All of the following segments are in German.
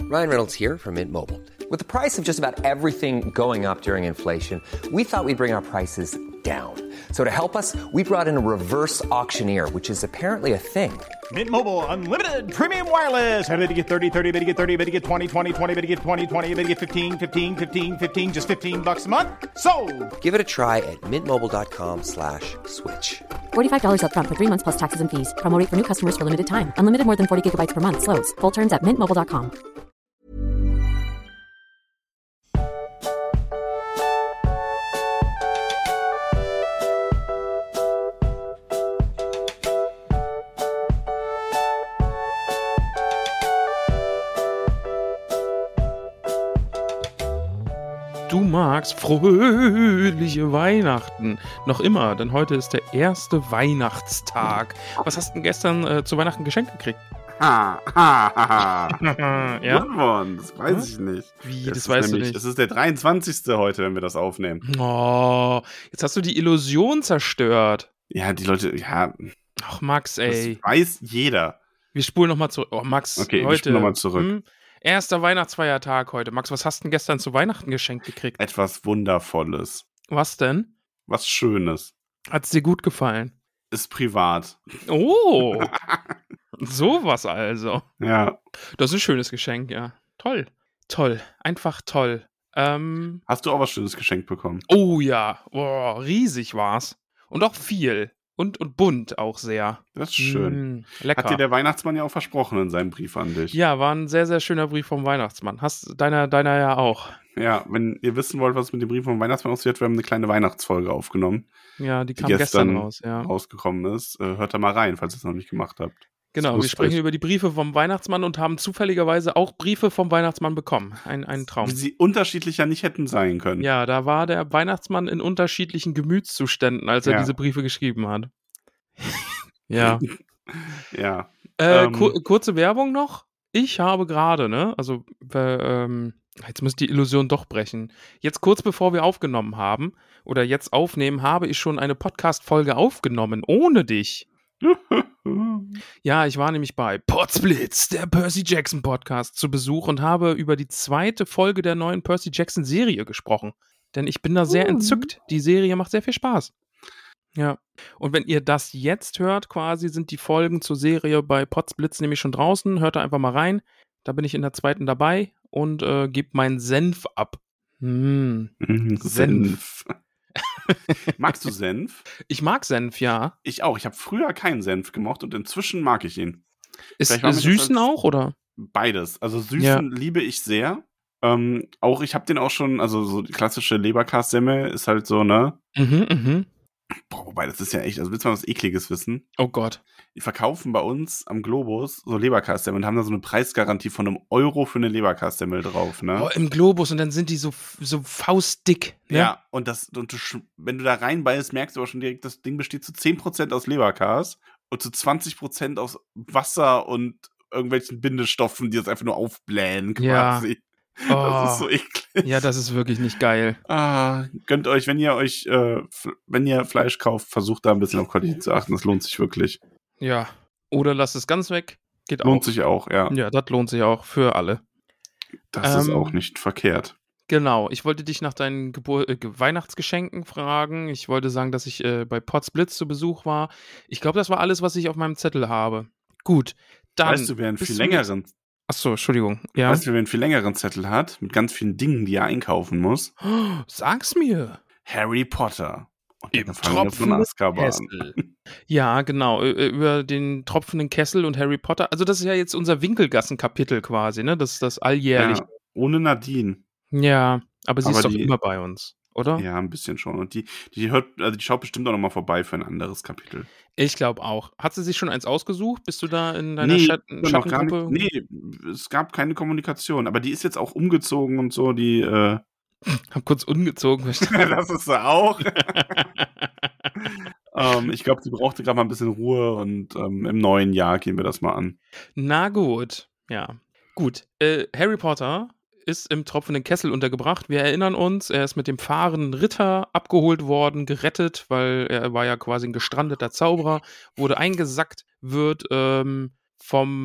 Ryan Reynolds here from Mint Mobile. With the price of just about everything going up during inflation, we thought we'd bring our prices down. So to help us, we brought in a reverse auctioneer, which is apparently a thing. Mint Mobile Unlimited Premium Wireless. How to get 30, 30, how to get 30, how to get 20, 20, 20, how to get 20, 20, how to get 15, 15, 15, 15, just $15 a month? Sold! Give it a try at mintmobile.com/switch. $45 up front for 3 months plus taxes and fees. Promo rate for new customers for limited time. Unlimited more than 40 gigabytes per month. Slows full terms at mintmobile.com. Du magst fröhliche Weihnachten. Noch immer, denn heute ist der erste Weihnachtstag. Was hast du denn gestern zu Weihnachten geschenkt gekriegt? Ja? Mann, das weiß ich nicht. Wie, das weißt du nicht? Es ist der 23. heute, wenn wir das aufnehmen. Oh, jetzt hast du die Illusion zerstört. Ja, die Leute, ja. Ach, Max, ey. Das weiß jeder. Wir spulen nochmal zurück. Oh, Max, okay, heute. Wir spulen nochmal zurück. Erster Weihnachtsfeiertag heute. Max, was hast du denn gestern zu Weihnachten geschenkt gekriegt? Etwas Wundervolles. Was denn? Was Schönes. Hat's dir gut gefallen? Ist privat. Oh, sowas also. Ja. Das ist ein schönes Geschenk, ja. Toll. Toll. Einfach toll. Hast du auch was Schönes geschenkt bekommen? Oh ja. Oh, riesig war's. Und auch viel. Und bunt auch sehr. Das ist schön. Lecker. Hat dir der Weihnachtsmann ja auch versprochen in seinem Brief an dich. Ja, war ein sehr, sehr schöner Brief vom Weihnachtsmann. Hast deiner ja auch. Ja, wenn ihr wissen wollt, was mit dem Brief vom Weihnachtsmann aussieht, wir haben eine kleine Weihnachtsfolge aufgenommen. Ja, die kam gestern raus, ja. Rausgekommen ist. Hört da mal rein, falls ihr es noch nicht gemacht habt. Genau, wir sprechen über die Briefe vom Weihnachtsmann und haben zufälligerweise auch Briefe vom Weihnachtsmann bekommen. Ein Traum. Wie sie unterschiedlicher nicht hätten sein können. Ja, da war der Weihnachtsmann in unterschiedlichen Gemütszuständen, als er diese Briefe geschrieben hat. Ja. Ja. Kurze Werbung noch. Ich habe gerade, also jetzt muss ich die Illusion doch brechen. Jetzt kurz bevor wir aufgenommen haben, oder jetzt aufnehmen, habe ich schon eine Podcast-Folge aufgenommen, ohne dich. Ja, ich war nämlich bei Podsblitz, der Percy Jackson Podcast, zu Besuch und habe über die zweite Folge der neuen Percy Jackson Serie gesprochen. Denn ich bin da sehr entzückt. Die Serie macht sehr viel Spaß. Ja. Und wenn ihr das jetzt hört, quasi sind die Folgen zur Serie bei Podsblitz nämlich schon draußen. Hört da einfach mal rein. Da bin ich in der zweiten dabei und gebe meinen Senf ab. Senf. Magst du Senf? Ich mag Senf, ja. Ich auch. Ich habe früher keinen Senf gemocht und inzwischen mag ich ihn. Ist Süßen auch, oder? Beides. Also Süßen liebe ich sehr. Auch, ich habe den auch schon, also so die klassische Leberkas-Semmel ist halt so, ne? Boah, wobei, das ist ja echt, also willst du mal was Ekliges wissen? Oh Gott. Die verkaufen bei uns am Globus so Leberkas-Semmel und haben da so eine Preisgarantie von €1 für eine Leberkas-Semmel drauf, ne? Oh, im Globus und dann sind die so faustdick, ne? Ja, und wenn du da reinbeißt, merkst du aber schon direkt, das Ding besteht zu 10% aus Leberkas und zu 20% aus Wasser und irgendwelchen Bindestoffen, die das einfach nur aufblähen quasi. Ja. Das ist so eklig. Ja, das ist wirklich nicht geil. Gönnt euch, wenn ihr Fleisch kauft, versucht da ein bisschen auf Qualität zu achten. Das lohnt sich wirklich. Ja. Oder lasst es ganz weg. Geht auch. Lohnt sich auch, ja. Ja, das lohnt sich auch für alle. Das ist auch nicht verkehrt. Genau. Ich wollte dich nach deinen Weihnachtsgeschenken fragen. Ich wollte sagen, dass ich bei Podsblitz zu Besuch war. Ich glaube, das war alles, was ich auf meinem Zettel habe. Gut. Dann Weißt du, wer einen viel längeren Achso, Entschuldigung. Ja. Weißt du, wer einen viel längeren Zettel hat? Mit ganz vielen Dingen, die er einkaufen muss? Sag's mir. Harry Potter. Und Im tropfenden Kessel. Ja, genau. Über den tropfenden Kessel und Harry Potter. Also das ist ja jetzt unser Winkelgassen-Kapitel quasi, ne? Das ist das alljährliche. Ja, ohne Nadine. Ja, aber sie ist doch immer bei uns, oder? Ja, ein bisschen schon. Und die schaut bestimmt auch nochmal vorbei für ein anderes Kapitel. Ich glaube auch. Hat sie sich schon eins ausgesucht? Bist du da in deiner Schattengruppe? Nee, es gab keine Kommunikation. Aber die ist jetzt auch umgezogen und so. Die hab kurz umgezogen. Das ist sie auch. Ich glaube, sie brauchte gerade mal ein bisschen Ruhe und im neuen Jahr gehen wir das mal an. Na gut, ja. Gut, Harry Potter ist im tropfenden Kessel untergebracht. Wir erinnern uns, er ist mit dem fahrenden Ritter abgeholt worden, gerettet, weil er war ja quasi ein gestrandeter Zauberer, wurde eingesackt, wird vom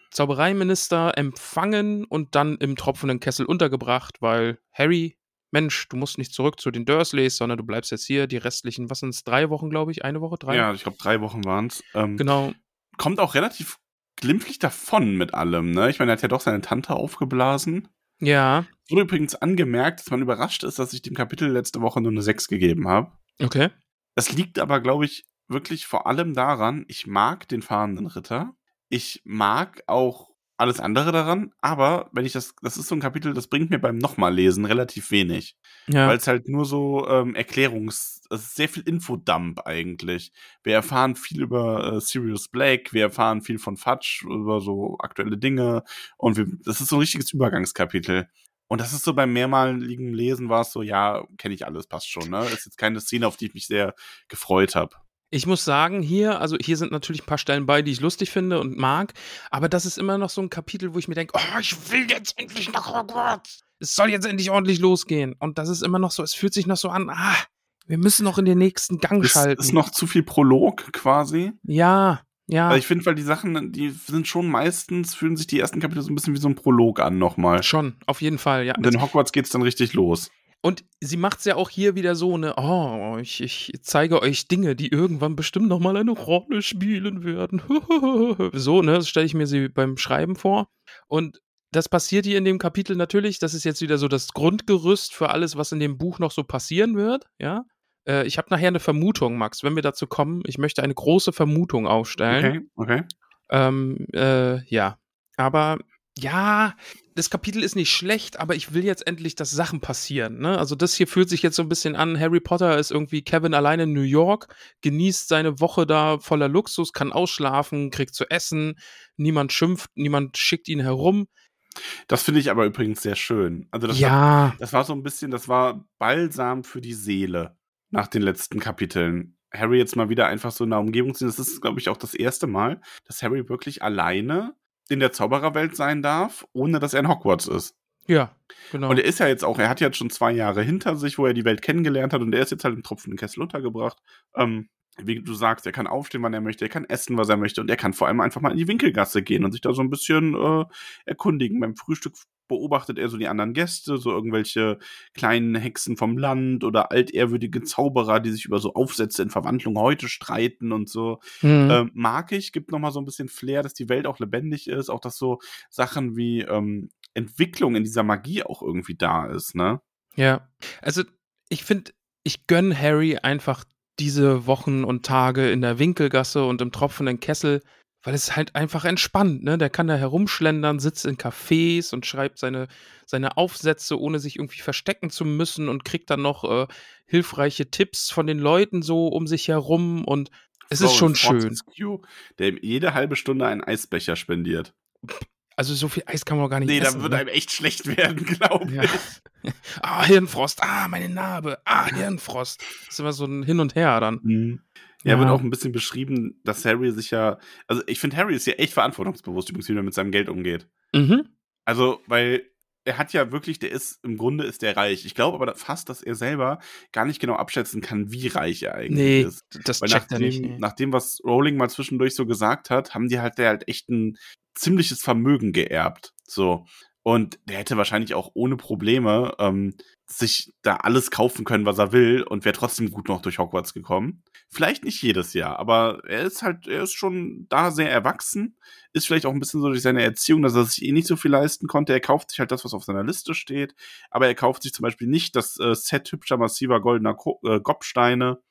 Zaubereiminister empfangen und dann im tropfenden Kessel untergebracht, weil Harry, Mensch, du musst nicht zurück zu den Dursleys, sondern du bleibst jetzt hier die restlichen, was sind es, 3 Wochen, glaube ich? 1 Woche, 3? Ja, ich glaube 3 Wochen waren es. Genau. Kommt auch relativ glimpflich davon mit allem, ne? Ich meine, er hat ja doch seine Tante aufgeblasen. Ja, Wurde übrigens angemerkt, dass man überrascht ist, dass ich dem Kapitel letzte Woche nur eine 6 gegeben habe. okay. Das liegt aber, glaube ich, wirklich vor allem daran, ich mag den fahrenden Ritter. Ich mag auch alles andere daran, aber wenn ich das ist so ein Kapitel, das bringt mir beim nochmal lesen relativ wenig. Ja. Weil es halt nur so es ist sehr viel Infodump eigentlich. Wir erfahren viel über Sirius Black, wir erfahren viel von Fudge, über so aktuelle Dinge und das ist so ein richtiges Übergangskapitel. Und das ist so beim mehrmaligen Lesen war es so, ja, kenne ich alles, passt schon, ne? Ist jetzt keine Szene, auf die ich mich sehr gefreut habe. Ich muss sagen, hier sind natürlich ein paar Stellen bei, die ich lustig finde und mag, aber das ist immer noch so ein Kapitel, wo ich mir denke, oh, ich will jetzt endlich nach Hogwarts. Es soll jetzt endlich ordentlich losgehen. Und das ist immer noch so, es fühlt sich noch so an, wir müssen noch in den nächsten Gang schalten. Ist noch zu viel Prolog quasi. Ja. Also ich finde, weil die Sachen, die sind schon meistens, fühlen sich die ersten Kapitel so ein bisschen wie so ein Prolog an nochmal. Schon, auf jeden Fall, ja. Und in Hogwarts geht's dann richtig los. Und sie macht's ja auch hier wieder so, ich zeige euch Dinge, die irgendwann bestimmt nochmal eine Rolle spielen werden. So, ne, das stelle ich mir sie beim Schreiben vor. Und das passiert hier in dem Kapitel natürlich. Das ist jetzt wieder so das Grundgerüst für alles, was in dem Buch noch so passieren wird, ja. Ich habe nachher eine Vermutung, Max, wenn wir dazu kommen. Ich möchte eine große Vermutung aufstellen. Okay. Ja. Aber ja, das Kapitel ist nicht schlecht, aber ich will jetzt endlich, dass Sachen passieren, ne? Also das hier fühlt sich jetzt so ein bisschen an, Harry Potter ist irgendwie Kevin alleine in New York, genießt seine Woche da voller Luxus, kann ausschlafen, kriegt zu essen, niemand schimpft, niemand schickt ihn herum. Das finde ich aber übrigens sehr schön. Also das war so ein bisschen, das war Balsam für die Seele nach den letzten Kapiteln. Harry jetzt mal wieder einfach so in der Umgebung zu sehen. Das ist, glaube ich, auch das erste Mal, dass Harry wirklich alleine in der Zaubererwelt sein darf, ohne dass er in Hogwarts ist. Ja, genau. Und er ist ja jetzt auch, er hat jetzt schon 2 Jahre hinter sich, wo er die Welt kennengelernt hat und er ist jetzt halt im tropfenden Kessel untergebracht. Wie du sagst, er kann aufstehen, wann er möchte, er kann essen, was er möchte und er kann vor allem einfach mal in die Winkelgasse gehen und sich da so ein bisschen erkundigen. Beim Frühstück beobachtet er so die anderen Gäste, so irgendwelche kleinen Hexen vom Land oder altehrwürdige Zauberer, die sich über so Aufsätze in Verwandlung heute streiten und so. Mag ich, gibt nochmal so ein bisschen Flair, dass die Welt auch lebendig ist, auch dass so Sachen wie Entwicklung in dieser Magie auch irgendwie da ist, ne? Ja, also ich finde, ich gönne Harry einfach diese Wochen und Tage in der Winkelgasse und im tropfenden Kessel, weil es halt einfach entspannt, ne? Der kann da herumschlendern, sitzt in Cafés und schreibt seine Aufsätze, ohne sich irgendwie verstecken zu müssen und kriegt dann noch hilfreiche Tipps von den Leuten so um sich herum und es ist schon schön. Der ihm jede halbe Stunde einen Eisbecher spendiert. Also so viel Eis kann man auch gar nicht essen. Da wird einem echt schlecht werden, glaube ich. Hirnfrost, meine Narbe, Hirnfrost. Das ist immer so ein Hin und Her dann. Mhm. Ja, wird auch ein bisschen beschrieben, dass Harry sich ja, also ich finde, Harry ist ja echt verantwortungsbewusst übrigens, wie er mit seinem Geld umgeht. Mhm. Also, weil er hat ja wirklich, im Grunde ist der reich. Ich glaube aber fast, dass er selber gar nicht genau abschätzen kann, wie reich er eigentlich ist. Das Weil checkt er nicht. nach dem, was Rowling mal zwischendurch so gesagt hat, haben die halt echt ein ziemliches Vermögen geerbt. So. Und der hätte wahrscheinlich auch ohne Probleme sich da alles kaufen können, was er will und wäre trotzdem gut noch durch Hogwarts gekommen. Vielleicht nicht jedes Jahr, aber er ist schon da sehr erwachsen, ist vielleicht auch ein bisschen so durch seine Erziehung, dass er sich nicht so viel leisten konnte. Er kauft sich halt das, was auf seiner Liste steht, aber er kauft sich zum Beispiel nicht das Set hübscher, massiver goldener Gobsteine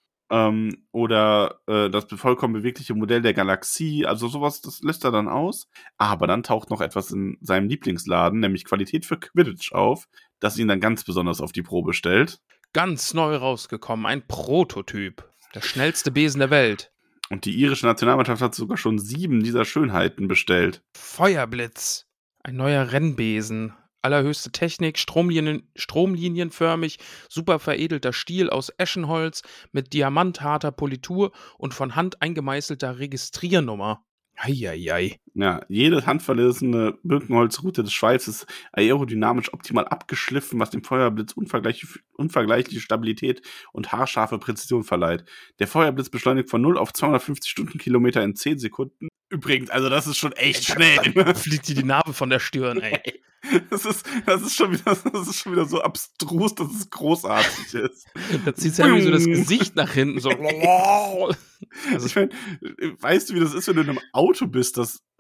oder das vollkommen bewegliche Modell der Galaxie, also sowas, das lässt er dann aus. Aber dann taucht noch etwas in seinem Lieblingsladen, nämlich Qualität für Quidditch auf, das ihn dann ganz besonders auf die Probe stellt. Ganz neu rausgekommen, ein Prototyp. Der schnellste Besen der Welt. Und die irische Nationalmannschaft hat sogar schon 7 dieser Schönheiten bestellt. Feuerblitz. Ein neuer Rennbesen. Allerhöchste Technik, stromlinienförmig, super veredelter Stiel aus Eschenholz mit diamantharter Politur und von Hand eingemeißelter Registriernummer. Eieiei. Ja, jede handverlesene Birkenholzrute des Schweifs ist aerodynamisch optimal abgeschliffen, was dem Feuerblitz unvergleichliche Stabilität und haarscharfe Präzision verleiht. Der Feuerblitz beschleunigt von 0 auf 250 Stundenkilometer in 10 Sekunden. Übrigens, also das ist schon echt schnell. Fliegt dir die Narbe von der Stirn, ey. Das ist schon wieder so abstrus, dass es großartig ist. Da zieht Harry so das Gesicht nach hinten, so. Also ich meine, weißt du, wie das ist, wenn du in einem Auto bist?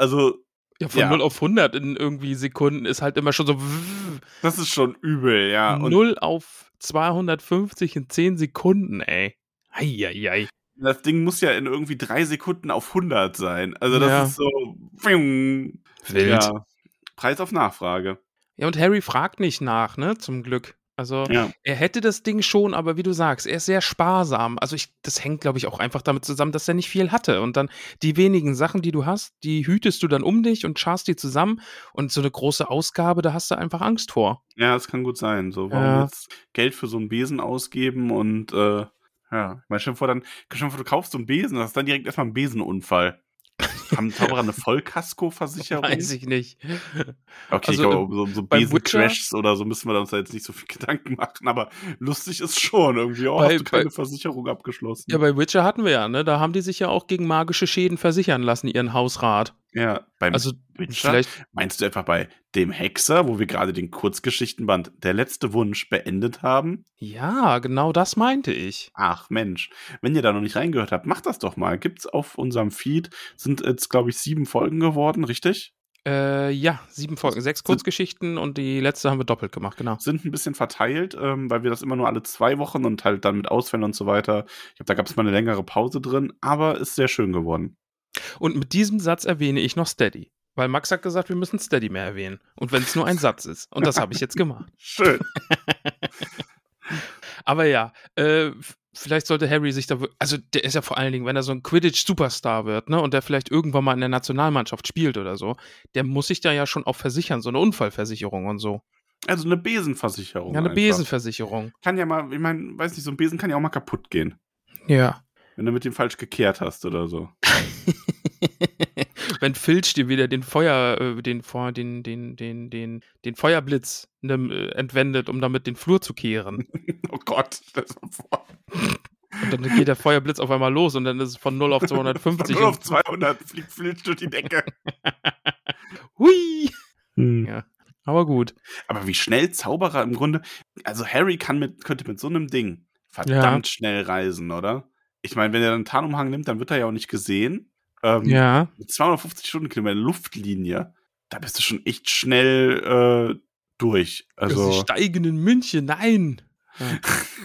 Ja, von 0 auf 100 in irgendwie Sekunden ist halt immer schon so. Das ist schon übel, ja. Und 0 auf 250 in 10 Sekunden, ey. Eieiei. Das Ding muss ja in irgendwie 3 Sekunden auf 100 sein. Also das ist so. Wild. Ja. Preis auf Nachfrage. Ja, und Harry fragt nicht nach, ne, zum Glück. Also, Ja. er hätte das Ding schon, aber wie du sagst, er ist sehr sparsam. Also, das hängt, glaube ich, auch einfach damit zusammen, dass er nicht viel hatte. Und dann die wenigen Sachen, die du hast, die hütest du dann um dich und scharst die zusammen. Und so eine große Ausgabe, da hast du einfach Angst vor. Ja, das kann gut sein. So, warum jetzt Geld für so einen Besen ausgeben und ja, ich meine, stell dir vor, du kaufst so einen Besen, das ist dann direkt erstmal ein Besenunfall. Haben Zauberer eine Vollkaskoversicherung? Weiß ich nicht. Okay, Also, ich glaube, so bei Witcher- Besen-Crashs oder so müssen wir uns da jetzt nicht so viel Gedanken machen, aber lustig ist schon irgendwie. Bei- Hast du keine Versicherung abgeschlossen? Ja, bei Witcher hatten wir ja, ne? Da haben die sich ja auch gegen magische Schäden versichern lassen, ihren Hausrat. Ja, beim Also, Witcher? vielleicht. Meinst du etwa bei dem Hexer, wo wir gerade den Kurzgeschichtenband Der letzte Wunsch beendet haben? Ja, genau das meinte ich. Ach Mensch, wenn ihr da noch nicht reingehört habt, macht das doch mal. Gibt's auf unserem Feed, sind jetzt, glaube ich, 7 Folgen geworden, richtig? Ja, 7 Folgen, 6 Kurzgeschichten und die letzte haben wir doppelt gemacht, genau. Sind ein bisschen verteilt, weil wir das immer nur alle 2 Wochen und halt dann mit Ausfällen und so weiter. Ich glaube, da gab es mal eine längere Pause drin, aber ist sehr schön geworden. Und mit diesem Satz erwähne ich noch Steady. Weil Max hat gesagt, wir müssen Steady mehr erwähnen. Und wenn es nur ein Satz ist. Und das habe ich jetzt gemacht. Schön. Aber ja, vielleicht sollte Harry sich da. Also, der ist ja vor allen Dingen, wenn er so ein Quidditch-Superstar wird, ne, und der vielleicht irgendwann mal in der Nationalmannschaft spielt oder so, der muss sich da ja schon auch versichern, so eine Unfallversicherung und so. Also eine Besenversicherung. Ja, eine einfach. Besenversicherung. Kann ja mal, ich meine, weiß nicht, so ein Besen kann ja auch mal kaputt gehen. Ja. Wenn du mit dem falsch gekehrt hast oder so. Wenn Filch dir wieder den Feuerblitz entwendet, um damit den Flur zu kehren. Oh Gott, das war vor. Und dann geht der Feuerblitz auf einmal los und dann ist es von 0 auf 250. Von 0 auf 200 fliegt Filch durch die Decke. Hui! Ja, aber gut. Aber wie schnell Zauberer im Grunde, also Harry könnte mit so einem Ding verdammt schnell reisen, oder? Ich meine, wenn er dann einen Tarnumhang nimmt, dann wird er ja auch nicht gesehen. Ja. Mit 250 Stundenkilometer Luftlinie, da bist du schon echt schnell durch. Also Sie steigen in München, nein! Ja.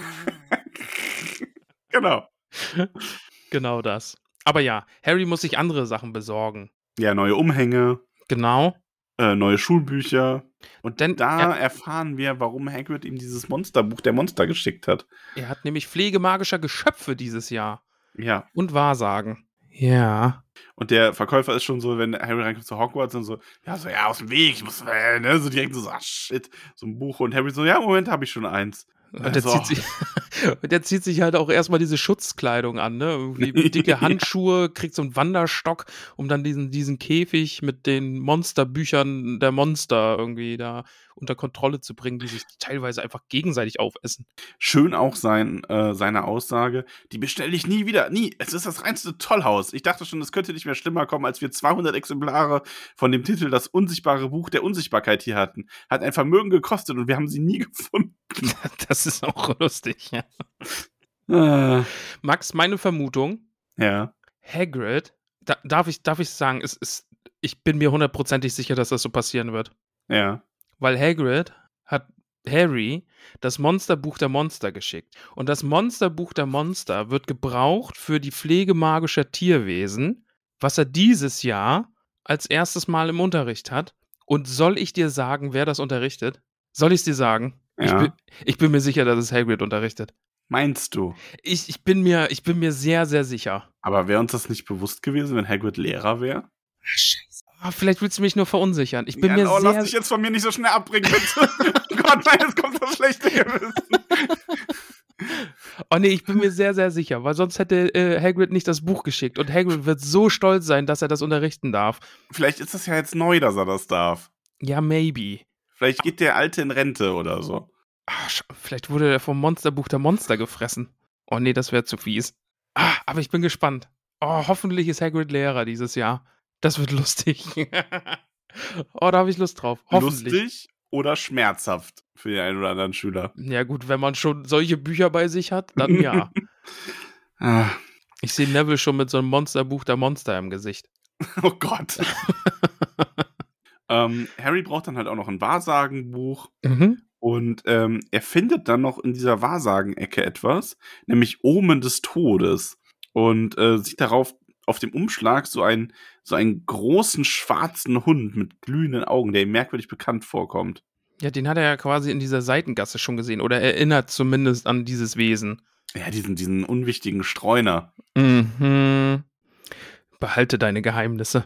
Genau. Genau das. Aber ja, Harry muss sich andere Sachen besorgen. Ja, neue Umhänge, Genau. neue Schulbücher. Und Denn da erfahren wir, warum Hagrid ihm dieses Monsterbuch der Monster geschickt hat. er hat nämlich Pflege magischer Geschöpfe dieses Jahr. Ja. Und Wahrsagen. Ja. Und der Verkäufer ist schon so, wenn Harry reinkommt zu Hogwarts und so, ja, aus dem Weg, ich muss, ne, so direkt so, shit, so ein Buch. Und Harry so, ja, Moment, habe ich schon eins. Und der zieht sich halt auch erstmal diese Schutzkleidung an, ne? Irgendwie dicke Handschuhe, kriegt so einen Wanderstock, um dann diesen Käfig mit den Monsterbüchern der Monster irgendwie da unter Kontrolle zu bringen, die sich teilweise einfach gegenseitig aufessen. Schön auch seine Aussage, die bestelle ich nie wieder, nie. Es ist das reinste Tollhaus. Ich dachte schon, es könnte nicht mehr schlimmer kommen, als wir 200 Exemplare von dem Titel Das unsichtbare Buch der Unsichtbarkeit hier hatten. Hat ein Vermögen gekostet und wir haben sie nie gefunden. Das ist auch lustig, ja. Max, meine Vermutung, Ja. Hagrid, darf ich sagen, ich bin mir 100%ig sicher, dass das so passieren wird. Ja. Weil Hagrid hat Harry das Monsterbuch der Monster geschickt. Und das Monsterbuch der Monster wird gebraucht für die Pflege magischer Tierwesen, was er dieses Jahr als erstes Mal im Unterricht hat. Und soll ich dir sagen, wer das unterrichtet? Soll ich es dir sagen? Ja. Ich bin mir sicher, dass es Hagrid unterrichtet. Meinst du? Ich bin mir sehr, sehr sicher. Aber wäre uns das nicht bewusst gewesen, wenn Hagrid Lehrer wäre? Scheiße. Vielleicht willst du mich nur verunsichern. Ich bin mir lass sehr... dich jetzt von mir nicht so schnell abbringen, bitte. Oh Gott, nein, jetzt kommt das schlechte Gewissen. Oh nee, ich bin mir sehr, sehr sicher, weil sonst hätte Hagrid nicht das Buch geschickt. Und Hagrid wird so stolz sein, dass er das unterrichten darf. Vielleicht ist das ja jetzt neu, dass er das darf. Ja, maybe. Vielleicht geht der Alte in Rente oder so. Vielleicht wurde er vom Monsterbuch der Monster gefressen. Oh nee, das wäre zu fies. Aber ich bin gespannt. Oh, hoffentlich ist Hagrid Lehrer dieses Jahr. Das wird lustig. Oh, da habe ich Lust drauf. Hoffentlich. Lustig oder schmerzhaft für den einen oder anderen Schüler. Ja gut, wenn man schon solche Bücher bei sich hat, dann ja. Ich sehe Neville schon mit so einem Monsterbuch der Monster im Gesicht. Oh Gott. Harry braucht dann halt auch noch ein Wahrsagenbuch. Und er findet dann noch in dieser Wahrsagenecke etwas, nämlich Omen des Todes. Und sieht darauf auf dem Umschlag so einen großen schwarzen Hund mit glühenden Augen, der ihm merkwürdig bekannt vorkommt. Ja, den hat er ja quasi in dieser Seitengasse schon gesehen oder erinnert zumindest an dieses Wesen. Ja, diesen unwichtigen Streuner. Behalte deine Geheimnisse.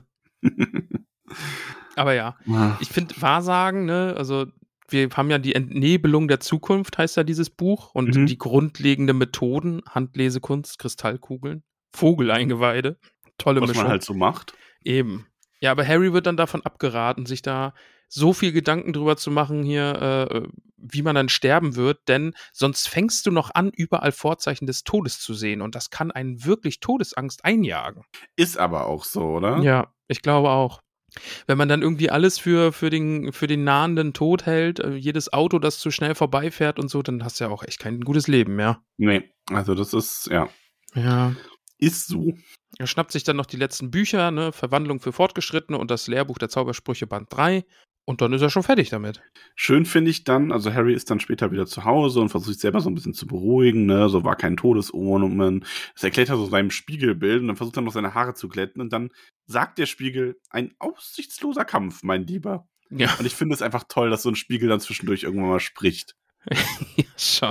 Aber ja, ich finde Wahrsagen, ne, also wir haben ja die Entnebelung der Zukunft, heißt ja dieses Buch, und die grundlegenden Methoden, Handlesekunst, Kristallkugeln, Vogeleingeweide, tolle Mischung. Was man halt so macht. Eben. Ja, aber Harry wird dann davon abgeraten, sich da so viel Gedanken drüber zu machen hier, wie man dann sterben wird, denn sonst fängst du noch an, überall Vorzeichen des Todes zu sehen und das kann einen wirklich Todesangst einjagen. Ist aber auch so, oder? Ja, ich glaube auch. Wenn man dann irgendwie alles für den nahenden Tod hält, jedes Auto, das zu schnell vorbeifährt und so, dann hast du ja auch echt kein gutes Leben mehr. Nee, also das ist, ja. Ja. Ist so. Er schnappt sich dann noch die letzten Bücher, ne, Verwandlung für Fortgeschrittene und das Lehrbuch der Zaubersprüche Band 3 und dann ist er schon fertig damit. Schön finde ich dann, also Harry ist dann später wieder zu Hause und versucht sich selber so ein bisschen zu beruhigen, ne, so war kein Todesomen. Das erklärt er so seinem Spiegelbild und dann versucht er noch seine Haare zu glätten und dann sagt der Spiegel, ein aussichtsloser Kampf, mein Lieber. Ja. Und ich finde es einfach toll, dass so ein Spiegel dann zwischendurch irgendwann mal spricht. Ja, schon.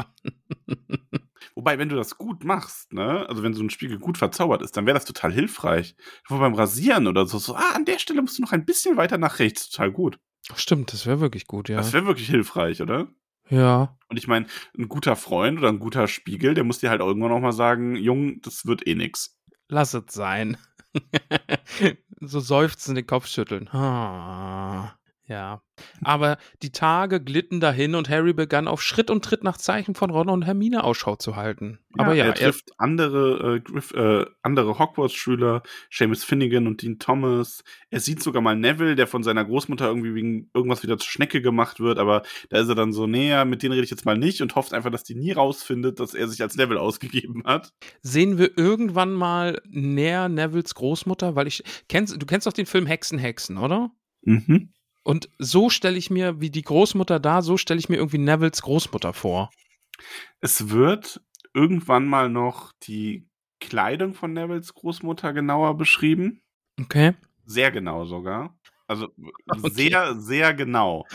Wobei, wenn du das gut machst, ne, also wenn so ein Spiegel gut verzaubert ist, dann wäre das total hilfreich. Wo beim Rasieren oder so, an der Stelle musst du noch ein bisschen weiter nach rechts, total gut. Stimmt, das wäre wirklich gut, ja. Das wäre wirklich hilfreich, oder? Ja. Und ich meine, ein guter Freund oder ein guter Spiegel, der muss dir halt auch irgendwann noch mal sagen, Jung, das wird eh nix. Lass es sein. So seufzen, den Kopf schütteln. Ja. Aber die Tage glitten dahin und Harry begann auf Schritt und Tritt nach Zeichen von Ron und Hermine Ausschau zu halten. Aber ja, er trifft andere Hogwarts-Schüler, Seamus Finnegan und Dean Thomas. Er sieht sogar mal Neville, der von seiner Großmutter irgendwie wegen irgendwas wieder zur Schnecke gemacht wird, aber da ist er dann so näher, mit denen rede ich jetzt mal nicht und hofft einfach, dass die nie rausfindet, dass er sich als Neville ausgegeben hat. Sehen wir irgendwann mal näher Nevilles Großmutter? Weil du kennst doch den Film Hexen, oder? Mhm. Und so stelle ich mir, wie die Großmutter da, so stelle ich mir irgendwie Nevilles Großmutter vor. Es wird irgendwann mal noch die Kleidung von Nevilles Großmutter genauer beschrieben. Okay. Sehr genau sogar. Also sehr, sehr genau.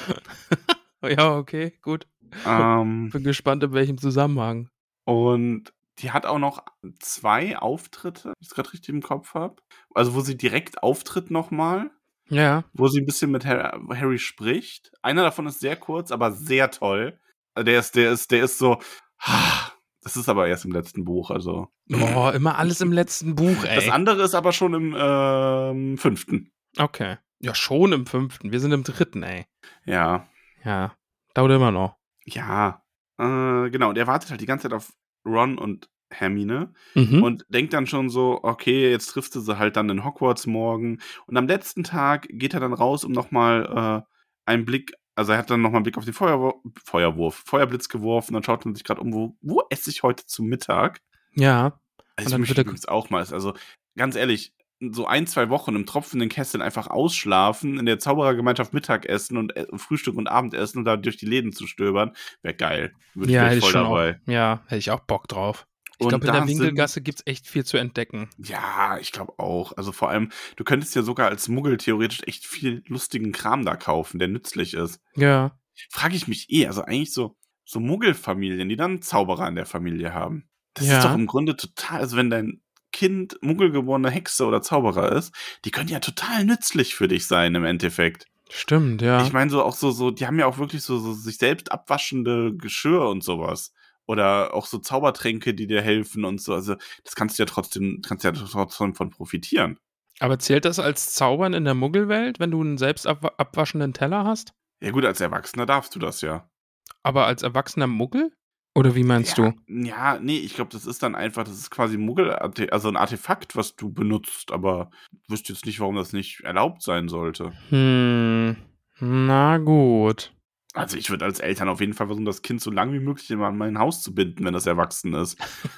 Ja, okay, gut. Bin gespannt, in welchem Zusammenhang. Und die hat auch noch 2 Auftritte, wenn ich es gerade richtig im Kopf habe. Also wo sie direkt auftritt nochmal. Ja. Wo sie ein bisschen mit Harry spricht. Einer davon ist sehr kurz, aber sehr toll. Der ist so. Das ist aber erst im letzten Buch, also. Oh, immer alles im letzten Buch, ey. Das andere ist aber schon im 5. Okay. Ja, schon im 5. Wir sind im 3., ey. Ja. Ja. Dauert immer noch. Ja. Genau. Und er wartet halt die ganze Zeit auf Ron und Hermine und denkt dann schon so, okay, jetzt triffst du sie halt dann in Hogwarts morgen. Und am letzten Tag geht er dann raus, um nochmal einen Blick, also er hat dann nochmal einen Blick auf den Feuerblitz geworfen, dann schaut man sich gerade um, wo esse ich heute zu Mittag? Ja. Also ich möchte übrigens auch mal, also ganz ehrlich, so 1-2 Wochen im tropfenden Kessel einfach ausschlafen, in der Zauberergemeinschaft Mittagessen und Frühstück und Abendessen und da durch die Läden zu stöbern, wäre geil. Würde ich voll dabei. Hätte ich auch Bock drauf. Ich glaube, in der Winkelgasse gibt's echt viel zu entdecken. Ja, ich glaube auch. Also vor allem, du könntest ja sogar als Muggel theoretisch echt viel lustigen Kram da kaufen, der nützlich ist. Ja. Frage ich mich also eigentlich so Muggelfamilien, die dann Zauberer in der Familie haben. Das ist doch im Grunde total, also wenn dein Kind muggelgeborene Hexe oder Zauberer ist, die können ja total nützlich für dich sein im Endeffekt. Stimmt, ja. Ich meine so auch so, die haben ja auch wirklich so sich selbst abwaschende Geschirr und sowas. Oder auch so Zaubertränke, die dir helfen und so. Also das kannst du ja trotzdem von profitieren. Aber zählt das als Zaubern in der Muggelwelt, wenn du einen selbst abwaschenden Teller hast? Ja gut, als Erwachsener darfst du das ja. Aber als erwachsener Muggel? Oder wie meinst du? Ja, nee, ich glaube, das ist quasi also ein Artefakt, was du benutzt, aber ich wüsste jetzt nicht, warum das nicht erlaubt sein sollte. Na gut. Also ich würde als Eltern auf jeden Fall versuchen, das Kind so lange wie möglich in mein Haus zu binden, wenn das erwachsen ist.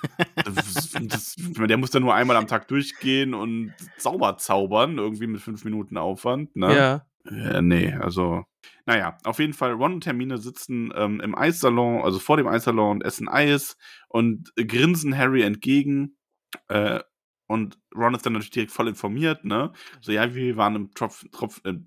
Der muss dann nur einmal am Tag durchgehen und zaubern, irgendwie mit 5 Minuten Aufwand, ne? Ja. Nee, also, naja, auf jeden Fall, Ron und Hermine sitzen im Eissalon, also vor dem Eissalon und essen Eis und grinsen Harry entgegen. Und Ron ist dann natürlich direkt voll informiert, ne? So, ja, wir waren im tropfenden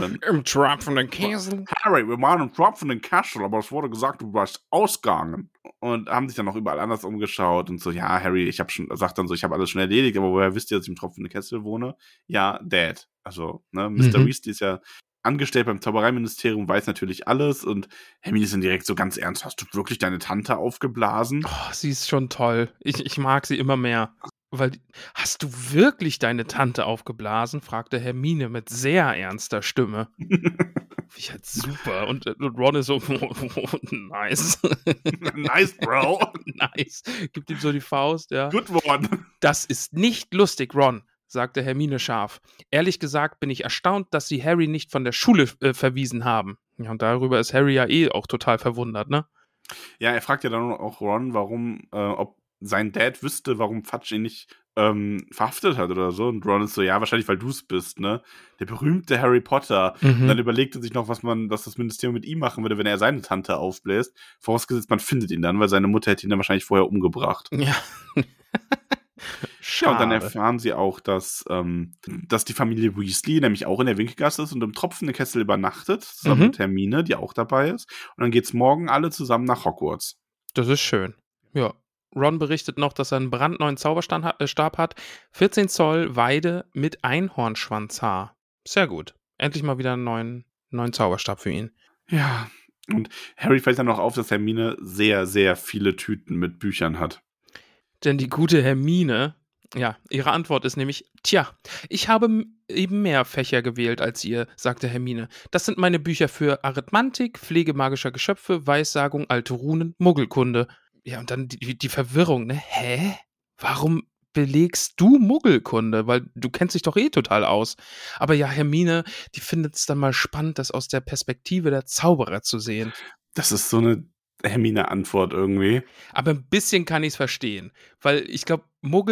Käse. Harry, wir waren im tropfenden Kessel, aber es wurde gesagt, du warst ausgegangen. Und haben sich dann noch überall anders umgeschaut und so, ja, Harry, ich habe alles schon erledigt, aber woher wisst ihr, dass ich im tropfenden Kessel wohne? Ja, Dad. Also, ne, Mr. Weasley ist ja angestellt beim Zaubereiministerium, weiß natürlich alles und Hermine ist dann direkt so ganz ernst, hast du wirklich deine Tante aufgeblasen? Oh, sie ist schon toll. Ich mag sie immer mehr. Weil, hast du wirklich deine Tante aufgeblasen? Fragte Hermine mit sehr ernster Stimme. Ich halt super. Und Ron ist so, nice. Nice, Bro. Nice. Gibt ihm so die Faust, ja. Good one. Das ist nicht lustig, Ron, sagte Hermine scharf. Ehrlich gesagt bin ich erstaunt, dass sie Harry nicht von der Schule verwiesen haben. Ja, und darüber ist Harry ja auch total verwundert, ne? Ja, er fragt ja dann auch Ron, warum, ob sein Dad wüsste, warum Fudge ihn nicht verhaftet hat oder so. Und Ron ist so, ja, wahrscheinlich, weil du es bist, ne? Der berühmte Harry Potter. Und dann überlegt er sich noch, was das Ministerium mit ihm machen würde, wenn er seine Tante aufbläst. Vorausgesetzt, man findet ihn dann, weil seine Mutter hätte ihn dann wahrscheinlich vorher umgebracht. Ja. Ja, und dann erfahren sie auch, dass die Familie Weasley nämlich auch in der Winkelgasse ist und im tropfenden Kessel übernachtet, zusammen mit Hermine, die auch dabei ist. Und dann geht's morgen alle zusammen nach Hogwarts. Das ist schön. Ja. Ron berichtet noch, dass er einen brandneuen Zauberstab hat. 14 Zoll Weide mit Einhornschwanzhaar. Sehr gut. Endlich mal wieder einen neuen Zauberstab für ihn. Ja, und Harry fällt dann noch auf, dass Hermine sehr, sehr viele Tüten mit Büchern hat. Denn die gute Hermine, ja, ihre Antwort ist nämlich, tja, ich habe eben mehr Fächer gewählt als ihr, sagte Hermine. Das sind meine Bücher für Arithmantik, Pflege magischer Geschöpfe, Weissagung, alte Runen, Muggelkunde. Ja, und dann die Verwirrung, ne? Hä? Warum belegst du Muggelkunde? Weil du kennst dich doch total aus. Aber ja, Hermine, die findet es dann mal spannend, das aus der Perspektive der Zauberer zu sehen. Das ist so eine Hermine-Antwort irgendwie. Aber ein bisschen kann ich es verstehen. Weil ich glaube,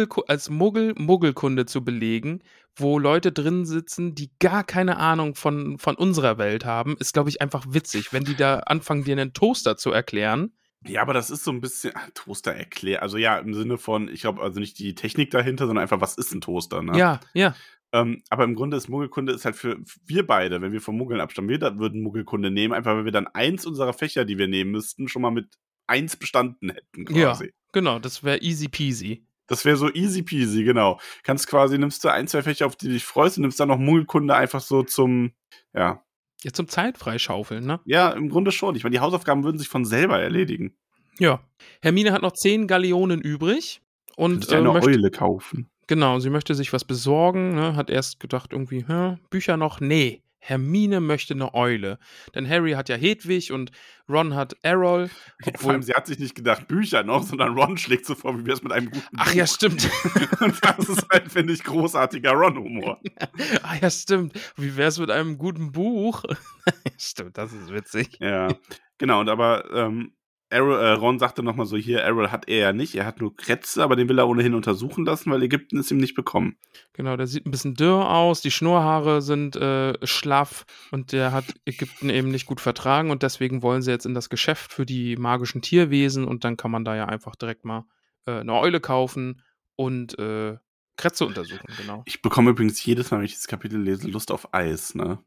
Muggelkunde zu belegen, wo Leute drin sitzen, die gar keine Ahnung von unserer Welt haben, ist, glaube ich, einfach witzig, wenn die da anfangen, dir einen Toaster zu erklären. Ja, aber das ist so ein bisschen Toaster erklärt. Also ja, im Sinne von, ich glaube, also nicht die Technik dahinter, sondern einfach, was ist ein Toaster, ne? Ja. Aber im Grunde ist Muggelkunde halt für wir beide, wenn wir vom Muggeln abstammen, wir würden Muggelkunde nehmen, einfach weil wir dann eins unserer Fächer, die wir nehmen müssten, schon mal mit 1 bestanden hätten quasi. Ja, genau, das wäre easy peasy. Das wäre so easy peasy, genau. Nimmst du 1, 2 Fächer, auf die dich freust und nimmst dann noch Muggelkunde einfach so zum Zeitfreischaufeln, ne? Ja, im Grunde schon. Ich meine, die Hausaufgaben würden sich von selber erledigen. Ja. Hermine hat noch 10 Galeonen übrig und eine Eule kaufen. Genau, sie möchte sich was besorgen, ne? Hat erst gedacht irgendwie, Bücher noch? Nee, Hermine möchte eine Eule. Denn Harry hat ja Hedwig und Ron hat Errol. Vor allem, sie hat sich nicht gedacht, Bücher noch, sondern Ron schlägt so vor, wie wär's mit einem guten Buch. Ach ja, stimmt. Und das ist halt, finde ich, großartiger Ron-Humor. Ah ja, stimmt. Wie wär's mit einem guten Buch? Stimmt, das ist witzig. Ja, genau. Und aber Ron sagte nochmal so, hier, Errol hat er ja nicht, er hat nur Krätze, aber den will er ohnehin untersuchen lassen, weil Ägypten ist ihm nicht bekommen. Genau, der sieht ein bisschen dürr aus, die Schnurrhaare sind schlaff und der hat Ägypten eben nicht gut vertragen und deswegen wollen sie jetzt in das Geschäft für die magischen Tierwesen und dann kann man da ja einfach direkt mal eine Eule kaufen und Krätze untersuchen, genau. Ich bekomme übrigens jedes Mal, wenn ich dieses Kapitel lese, Lust auf Eis, ne?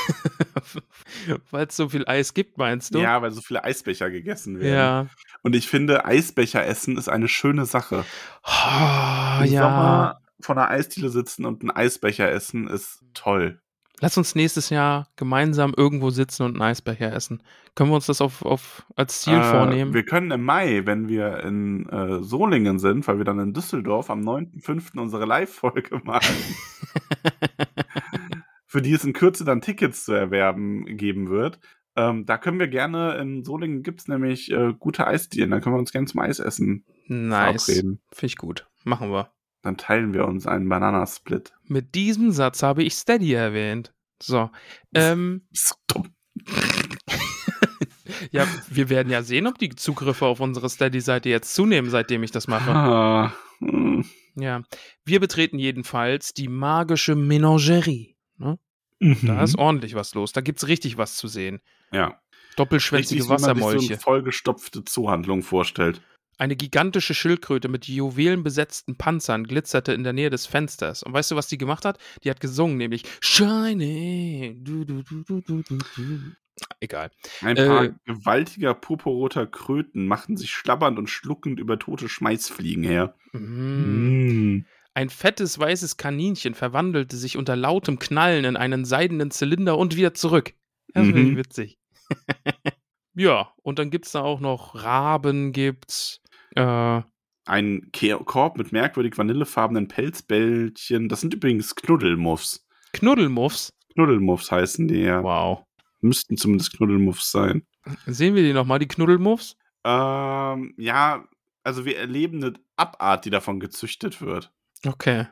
Weil es so viel Eis gibt, meinst du? Ja, weil so viele Eisbecher gegessen werden. Ja. Und ich finde, Eisbecher essen ist eine schöne Sache. Oh, Im ja. Sommer vor einer Eisdiele sitzen und einen Eisbecher essen ist toll. Lass uns nächstes Jahr gemeinsam irgendwo sitzen und einen Eisbecher essen. Können wir uns das als Ziel vornehmen? Wir können im Mai, wenn wir in Solingen sind, weil wir dann in Düsseldorf am 9.5. unsere Live-Folge machen, für die es in Kürze dann Tickets zu erwerben geben wird. Da können wir gerne, in Solingen gibt es nämlich gute Eisdielen, da können wir uns gerne zum Eisessen verabreden. Finde ich gut. Machen wir. Dann teilen wir uns einen Bananasplit. Mit diesem Satz habe ich Steady erwähnt. So. So dumm. Ja, wir werden ja sehen, ob die Zugriffe auf unsere Steady-Seite jetzt zunehmen, seitdem ich das mache. Ja. Wir betreten jedenfalls die magische Menagerie. Ne? Da ist ordentlich was los. Da gibt's richtig was zu sehen. Ja. Doppelschwänzige Richtig, Wassermolche. wie man sich so eine vollgestopfte Zoohandlung vorstellt. Eine gigantische Schildkröte mit juwelenbesetzten Panzern glitzerte in der Nähe des Fensters. Und weißt du, was die gemacht hat? Die hat gesungen, nämlich Shining. Egal. Ein paar gewaltiger purpurroter Kröten machten sich schlabbernd und schluckend über tote Schmeißfliegen her. Ein fettes weißes Kaninchen verwandelte sich unter lautem Knallen in einen seidenen Zylinder und wieder zurück. Das finde ich witzig. Ja, und dann gibt's da auch noch Raben, gibt's. Ein Korb mit merkwürdig vanillefarbenen Pelzbällchen. Das sind übrigens Knuddelmuffs. Knuddelmuffs? Knuddelmuffs heißen die, ja. Wow. Müssten zumindest Knuddelmuffs sein. Sehen wir die nochmal, die Knuddelmuffs? Ja, also wir erleben eine Abart, die davon gezüchtet wird. Okay.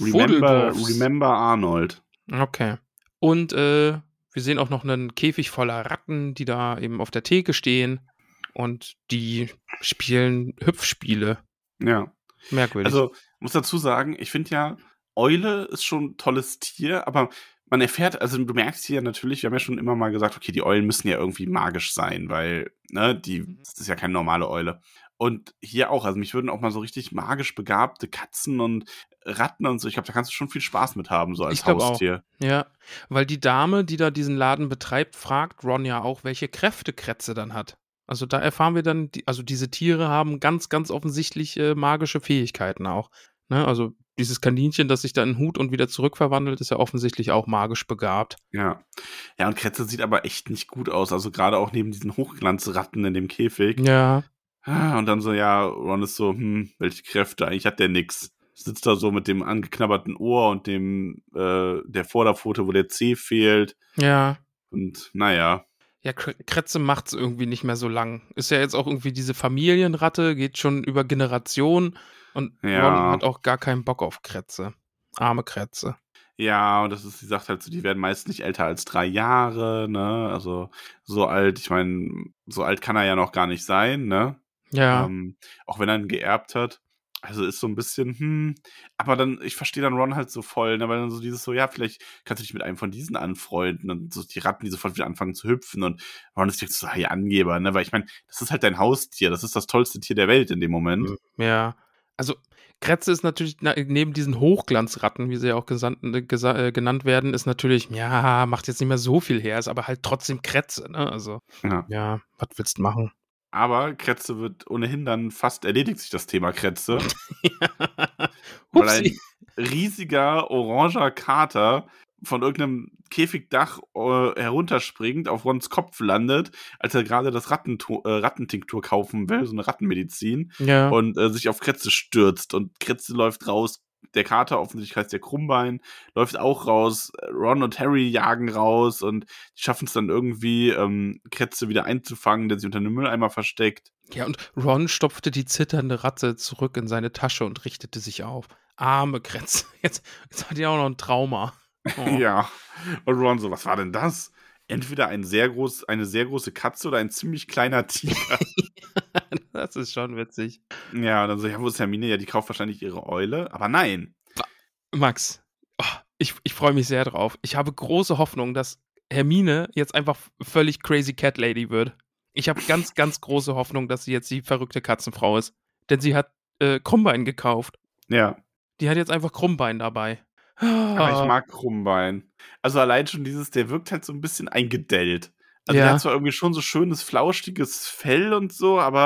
Remember Arnold. Okay. Und wir sehen auch noch einen Käfig voller Ratten, die da eben auf der Theke stehen. Und die spielen Hüpfspiele. Ja. Merkwürdig. Also, muss dazu sagen, ich finde ja, Eule ist schon ein tolles Tier, aber man erfährt, also du merkst hier natürlich, wir haben ja schon immer mal gesagt, okay, die Eulen müssen ja irgendwie magisch sein, weil, ne, das ist ja keine normale Eule. Und hier auch, also mich würden auch mal so richtig magisch begabte Katzen und Ratten und so, ich glaube, da kannst du schon viel Spaß mit haben, so als Haustier. Auch. Ja, weil die Dame, die da diesen Laden betreibt, fragt Ron ja auch, welche Kräfte Kretze dann hat. Also da erfahren wir dann, also diese Tiere haben ganz, ganz offensichtlich magische Fähigkeiten auch. Ne? Also dieses Kaninchen, das sich da in Hut und wieder zurückverwandelt, ist ja offensichtlich auch magisch begabt. Ja. Ja, und Kretze sieht aber echt nicht gut aus. Also gerade auch neben diesen Hochglanzratten in dem Käfig. Ja. Und dann so, ja, Ron ist so, welche Kräfte? Eigentlich hat der nix. Sitzt da so mit dem angeknabberten Ohr und dem der Vorderpfote, wo der Zeh fehlt. Ja. Und naja. Ja, Kretze macht's irgendwie nicht mehr so lang. Ist ja jetzt auch irgendwie diese Familienratte, geht schon über Generationen und Ron hat auch gar keinen Bock auf Kretze. Arme Kretze. Ja, und sie sagt halt so, die werden meist nicht älter als 3 Jahre, ne? Also so alt, ich meine, so alt kann er ja noch gar nicht sein, ne? Ja. Auch wenn er ihn geerbt hat. Also ist so ein bisschen, aber dann, ich verstehe dann Ron halt so voll, ne, weil dann so dieses so, ja, vielleicht kannst du dich mit einem von diesen anfreunden und so die Ratten, die sofort wieder anfangen zu hüpfen und Ron ist direkt so, hey, Angeber, ne, weil ich meine, das ist halt dein Haustier, das ist das tollste Tier der Welt in dem Moment. Ja, also Kretze ist natürlich, neben diesen Hochglanzratten, wie sie ja auch genannt werden, ist natürlich, ja, macht jetzt nicht mehr so viel her, ist aber halt trotzdem Kretze, ne, also, ja was willst du machen? Aber Kretze wird ohnehin dann fast erledigt sich das Thema Kretze. Weil ein riesiger oranger Kater von irgendeinem Käfigdach herunterspringt, auf Rons Kopf landet, als er gerade das Rattentinktur kaufen will, so eine Rattenmedizin, und sich auf Kretze stürzt. Und Kretze läuft raus. Der Kater, offensichtlich heißt der Krummbein, läuft auch raus. Ron und Harry jagen raus und die schaffen es dann irgendwie, Kretze wieder einzufangen, der sich unter einem Mülleimer versteckt. Ja, und Ron stopfte die zitternde Ratte zurück in seine Tasche und richtete sich auf. Arme Kretze. Jetzt hat die auch noch ein Trauma. Oh. Ja. Und Ron so, was war denn das? Entweder eine sehr große Katze oder ein ziemlich kleiner Tiger. Das ist schon witzig. Ja, und dann so, ja, wo ist Hermine? Ja, die kauft wahrscheinlich ihre Eule. Aber nein. Max, ich freue mich sehr drauf. Ich habe große Hoffnung, dass Hermine jetzt einfach völlig crazy Cat Lady wird. Ich habe ganz, ganz große Hoffnung, dass sie jetzt die verrückte Katzenfrau ist. Denn sie hat Krummbein gekauft. Ja. Die hat jetzt einfach Krummbein dabei. Aber ich mag Krummbein. Also allein schon der wirkt halt so ein bisschen eingedellt. Also der hat zwar irgendwie schon so schönes, flauschiges Fell und so, aber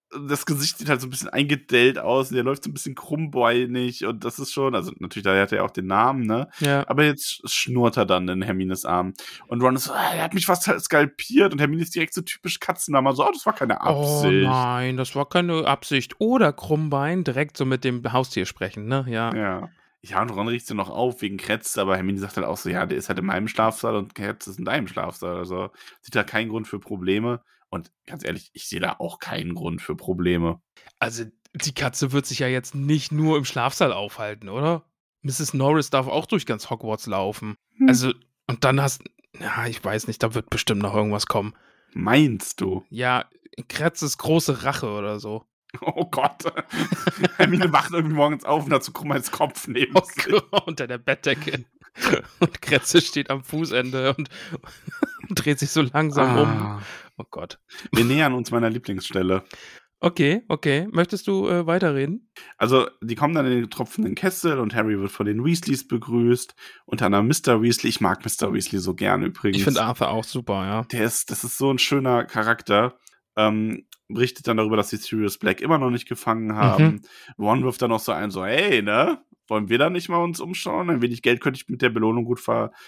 das Gesicht sieht halt so ein bisschen eingedellt aus und der läuft so ein bisschen krummbeinig und das ist schon, also natürlich, da hat er auch den Namen, ne? Ja. Aber jetzt schnurrt er dann in Hermines Arm. Und Ron ist so, er hat mich fast skalpiert und Hermine ist direkt so typisch Katzenmama, so, das war keine Absicht. Oh nein, das war keine Absicht. Oder Krummbein direkt so mit dem Haustier sprechen, ne? Ja. Ja, und Ron riecht sie noch auf wegen Kretz, aber Hermine sagt halt auch so, ja, der ist halt in meinem Schlafsaal und Kretz ist in deinem Schlafsaal. Also sieht da keinen Grund für Probleme. Und ganz ehrlich, ich sehe da auch keinen Grund für Probleme. Also, die Katze wird sich ja jetzt nicht nur im Schlafsaal aufhalten, oder? Mrs. Norris darf auch durch ganz Hogwarts laufen. Also, und dann ja, ich weiß nicht, da wird bestimmt noch irgendwas kommen. Meinst du? Ja, Kretzes große Rache oder so. Oh Gott. Hermine wacht irgendwie morgens auf und hat so Krummbeins Kopf neben sich. Unter der Bettdecke. Und Kretze steht am Fußende und dreht sich so langsam um. Oh Gott. Wir nähern uns meiner Lieblingsstelle. Okay. Möchtest du weiterreden? Also, die kommen dann in den tropfenden Kessel und Harry wird von den Weasleys begrüßt. Unter anderem Mr. Weasley. Ich mag Mr. Weasley so gern übrigens. Ich finde Arthur auch super, ja. Das ist so ein schöner Charakter. Berichtet dann darüber, dass sie Sirius Black immer noch nicht gefangen haben. Ron wirft dann noch so ein, so, hey, ne? Wollen wir da nicht mal uns umschauen? Ein wenig Geld könnte ich mit der Belohnung gut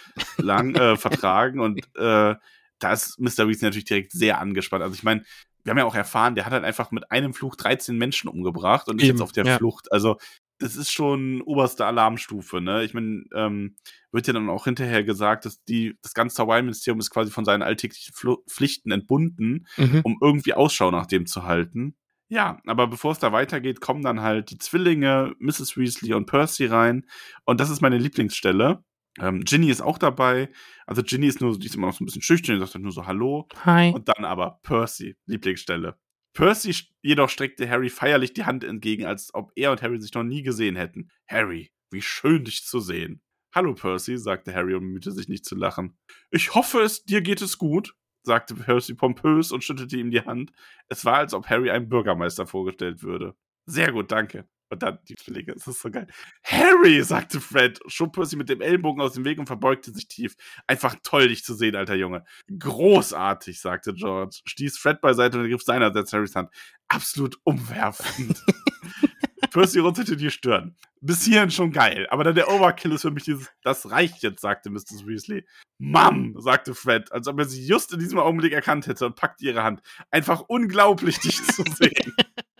vertragen. Und da ist Mr. Weasley natürlich direkt sehr angespannt. Also ich meine, wir haben ja auch erfahren, der hat halt einfach mit einem Fluch 13 Menschen umgebracht und ist jetzt auf der Flucht. Also das ist schon oberste Alarmstufe, ne? Ich meine, wird ja dann auch hinterher gesagt, dass das ganze Hawaii-Ministerium ist quasi von seinen alltäglichen Pflichten entbunden, um irgendwie Ausschau nach dem zu halten. Ja, aber bevor es da weitergeht, kommen dann halt die Zwillinge, Mrs. Weasley und Percy rein. Und das ist meine Lieblingsstelle. Ginny ist auch dabei. Also Ginny die ist immer noch so ein bisschen schüchtern, die sagt dann nur so Hallo. Hi. Und dann aber Percy, Lieblingsstelle. Percy jedoch streckte Harry feierlich die Hand entgegen, als ob er und Harry sich noch nie gesehen hätten. Harry, wie schön, dich zu sehen. Hallo Percy, sagte Harry und bemühte sich nicht zu lachen. Ich hoffe, dir geht es gut, sagte Percy pompös und schüttelte ihm die Hand. Es war, als ob Harry einem Bürgermeister vorgestellt würde. Sehr gut, danke. Und dann die Zwillinge, das ist so geil. Harry, sagte Fred, schob Percy mit dem Ellenbogen aus dem Weg und verbeugte sich tief. Einfach toll, dich zu sehen, alter Junge. Großartig, sagte George, stieß Fred beiseite und ergriff seinerseits Harrys Hand. Absolut umwerfend. Percy runzelte die Stirn. Bis hierhin schon geil, aber dann der Overkill ist für mich das reicht jetzt, sagte Mrs. Weasley. Mom, sagte Fred, als ob er sie just in diesem Augenblick erkannt hätte und packte ihre Hand. Einfach unglaublich, dich zu sehen.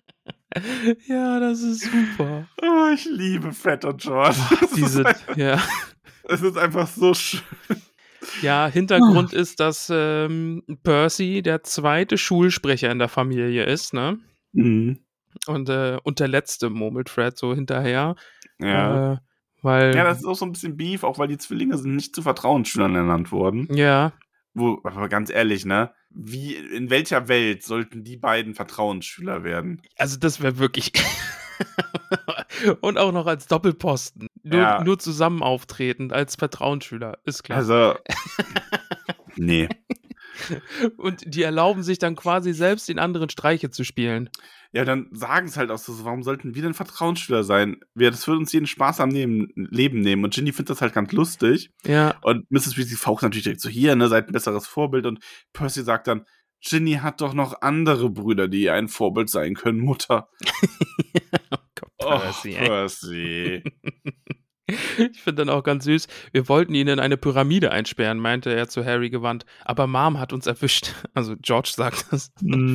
Ja, das ist super. Oh, ich liebe Fred und George. Es ist einfach so schön. Ja, Hintergrund ist, dass Percy der zweite Schulsprecher in der Familie ist, ne? Und der letzte, murmelt Fred so hinterher. Ja. Weil, ja, das ist auch so ein bisschen Beef, auch weil die Zwillinge sind nicht zu Vertrauensschülern ernannt worden. Ja. Aber ganz ehrlich, ne? In welcher Welt sollten die beiden Vertrauensschüler werden? Also das wäre wirklich... Und auch noch als Doppelposten. Nur zusammen auftretend als Vertrauensschüler, ist klar. Also, nee. Und die erlauben sich dann quasi selbst den anderen Streiche zu spielen. Ja, dann sagen es halt auch so, warum sollten wir denn Vertrauensschüler sein? Das würde uns jeden Spaß am Leben nehmen. Und Ginny findet das halt ganz lustig. Ja. Und Mrs. Weasley faucht natürlich direkt so, hier, ne, seid ein besseres Vorbild. Und Percy sagt dann, Ginny hat doch noch andere Brüder, die ihr ein Vorbild sein können, Mutter. Oh Gott, Percy. Oh, Percy. Ich finde dann auch ganz süß, wir wollten ihn in eine Pyramide einsperren, meinte er zu Harry gewandt, aber Mom hat uns erwischt. Also George sagt das.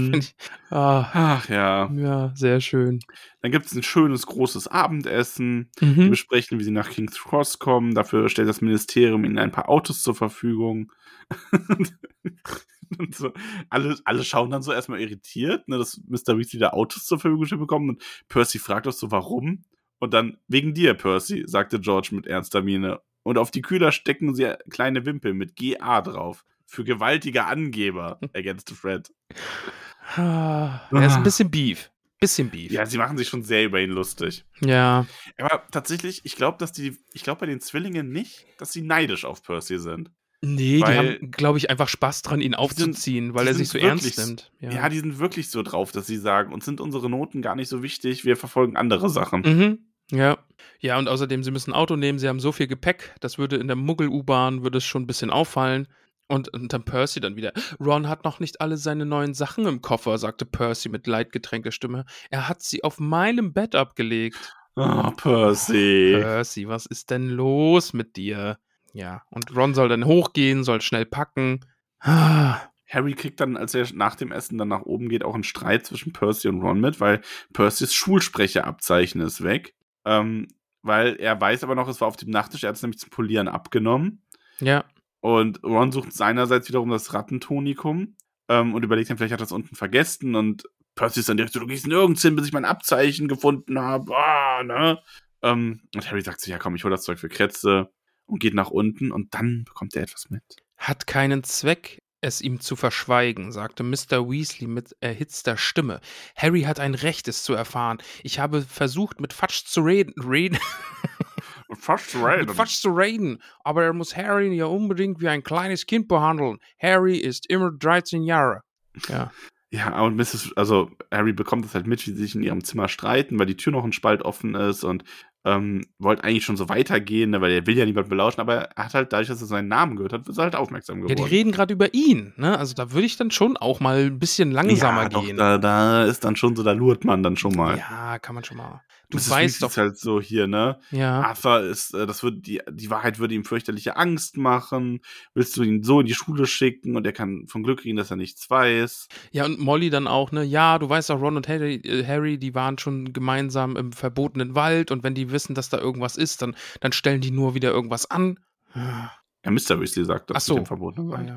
Ach ja. Ja, sehr schön. Dann gibt es ein schönes, großes Abendessen. Die besprechen, wie sie nach King's Cross kommen. Dafür stellt das Ministerium ihnen ein paar Autos zur Verfügung. Und so, alle schauen dann so erstmal irritiert, ne, dass Mr. Weasley da Autos zur Verfügung gestellt bekommen. Und Percy fragt auch so, warum? Und dann, wegen dir, Percy, sagte George mit ernster Miene. Und auf die Kühler stecken sie kleine Wimpel mit GA drauf. Für gewaltige Angeber, ergänzte Fred. Er ist ein bisschen Beef. Ja, sie machen sich schon sehr über ihn lustig. Ja. Aber tatsächlich, ich glaube bei den Zwillingen nicht, dass sie neidisch auf Percy sind. Nee, die haben, glaube ich, einfach Spaß dran, ihn aufzuziehen, weil er sich so ernst nimmt. Ja, die sind wirklich so drauf, dass sie sagen, uns sind unsere Noten gar nicht so wichtig, wir verfolgen andere Sachen. Ja. Ja, und außerdem, sie müssen ein Auto nehmen, sie haben so viel Gepäck, das würde in der Muggel-U-Bahn, würde es schon ein bisschen auffallen. Und dann Percy dann wieder. Ron hat noch nicht alle seine neuen Sachen im Koffer, sagte Percy mit leidgetränkter Stimme. Er hat sie auf meinem Bett abgelegt. Oh, Percy. Percy, was ist denn los mit dir? Ja, und Ron soll dann hochgehen, soll schnell packen. Harry kriegt dann, als er nach dem Essen dann nach oben geht, auch einen Streit zwischen Percy und Ron mit, weil Percys Schulsprecherabzeichen ist weg. Weil er weiß aber noch, es war auf dem Nachttisch, er hat es nämlich zum Polieren abgenommen. Ja. Und Ron sucht seinerseits wiederum das Rattentonikum und überlegt dann, vielleicht hat er es unten vergessen. Und Percy ist dann direkt so, du gehst nirgends hin, bis ich mein Abzeichen gefunden habe. Ne? Und Harry sagt sich, ja komm, ich hol das Zeug für Kretze und geht nach unten. Und dann bekommt er etwas mit. Hat keinen Zweck, es ihm zu verschweigen, sagte Mr. Weasley mit erhitzter Stimme. Harry hat ein Recht, es zu erfahren. Ich habe versucht, mit Fudge zu reden. Mit Fudge zu reden, aber er muss Harry ja unbedingt wie ein kleines Kind behandeln. Harry ist immer 13 Jahre. Ja. Ja, und Harry bekommt es halt mit, wie sie sich in ihrem Zimmer streiten, weil die Tür noch ein Spalt offen ist und wollte eigentlich schon so weitergehen, ne, weil er will ja niemand belauschen, aber er hat halt, dadurch, dass er seinen Namen gehört hat, ist er halt aufmerksam geworden. Ja, die reden gerade über ihn, ne? Also da würde ich dann schon auch mal ein bisschen langsamer gehen. Da ist dann schon so, da lurt man dann schon mal. Ja, kann man schon mal. Du weißt doch. Ist halt so hier, ne? Ja. Arthur ist, die Wahrheit würde ihm fürchterliche Angst machen. Willst du ihn so in die Schule schicken und er kann von Glück kriegen, dass er nichts weiß. Ja, und Molly dann auch, ne? Ja, du weißt auch, Ron und Harry, die waren schon gemeinsam im verbotenen Wald und wenn die wissen, dass da irgendwas ist, dann stellen die nur wieder irgendwas an. Ja, Mr. Weasley sagt das mit dem verbotenen Wald.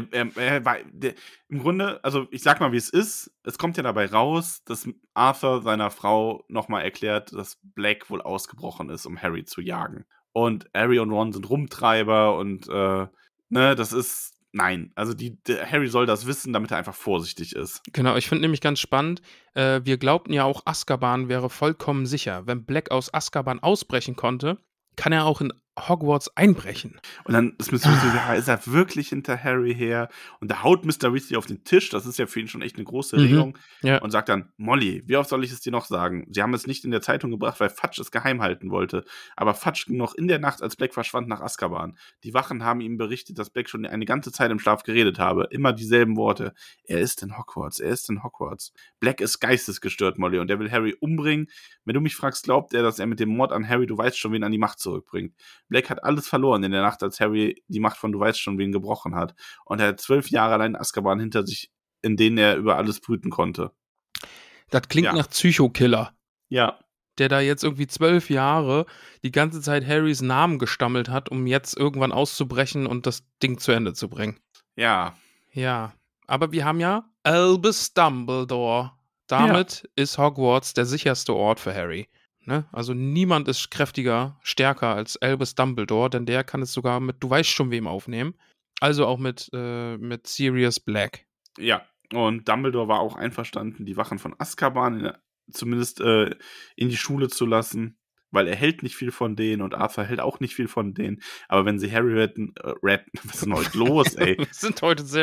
Ja. Im Grunde, also ich sag mal, wie es ist. Es kommt ja dabei raus, dass Arthur seiner Frau nochmal erklärt, dass Black wohl ausgebrochen ist, um Harry zu jagen. Und Harry und Ron sind Rumtreiber und das ist. Nein, also Harry soll das wissen, damit er einfach vorsichtig ist. Genau, ich finde nämlich ganz spannend, wir glaubten ja auch, Azkaban wäre vollkommen sicher. Wenn Black aus Azkaban ausbrechen konnte, kann er auch in Hogwarts einbrechen. Und dann ist Mr. Weasley, ist er wirklich hinter Harry her? Und da haut Mr. Weasley auf den Tisch, das ist ja für ihn schon echt eine große Regung, und sagt dann, Molly, wie oft soll ich es dir noch sagen? Sie haben es nicht in der Zeitung gebracht, weil Fudge es geheim halten wollte. Aber Fudge ging noch in der Nacht, als Black verschwand, nach Azkaban. Die Wachen haben ihm berichtet, dass Black schon eine ganze Zeit im Schlaf geredet habe. Immer dieselben Worte. Er ist in Hogwarts, er ist in Hogwarts. Black ist geistesgestört, Molly, und er will Harry umbringen. Wenn du mich fragst, glaubt er, dass er mit dem Mord an Harry, du weißt schon, wen an die Macht zurückbringt. Black hat alles verloren in der Nacht, als Harry die Macht von du weißt schon wen gebrochen hat. Und er hat 12 Jahre allein Azkaban hinter sich, in denen er über alles brüten konnte. Das klingt nach Psychokiller. Ja. Der da jetzt irgendwie 12 Jahre die ganze Zeit Harrys Namen gestammelt hat, um jetzt irgendwann auszubrechen und das Ding zu Ende zu bringen. Ja. Ja. Aber wir haben ja Albus Dumbledore. Damit ist Hogwarts der sicherste Ort für Harry. Ne? Also niemand ist kräftiger, stärker als Albus Dumbledore, denn der kann es sogar mit du weißt schon wem aufnehmen. Also auch mit Sirius Black. Ja, und Dumbledore war auch einverstanden, die Wachen von Azkaban zumindest in die Schule zu lassen, weil er hält nicht viel von denen und Arthur hält auch nicht viel von denen. Aber wenn sie Harry retten, was ist denn heute los, ey? Wir sind heute sehr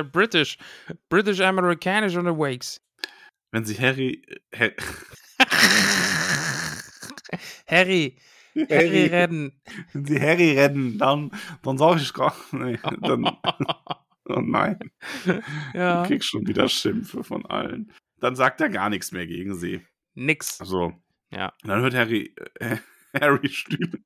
britisch-amerikanisch unterwegs. Wenn sie Harry retten. Wenn sie Harry retten, dann sag ich gar nicht. Oh nein. Ja. Du kriegst schon wieder Schimpfe von allen. Dann sagt er gar nichts mehr gegen sie. Nix. Also. Ja. Und dann hört Harry Stühle.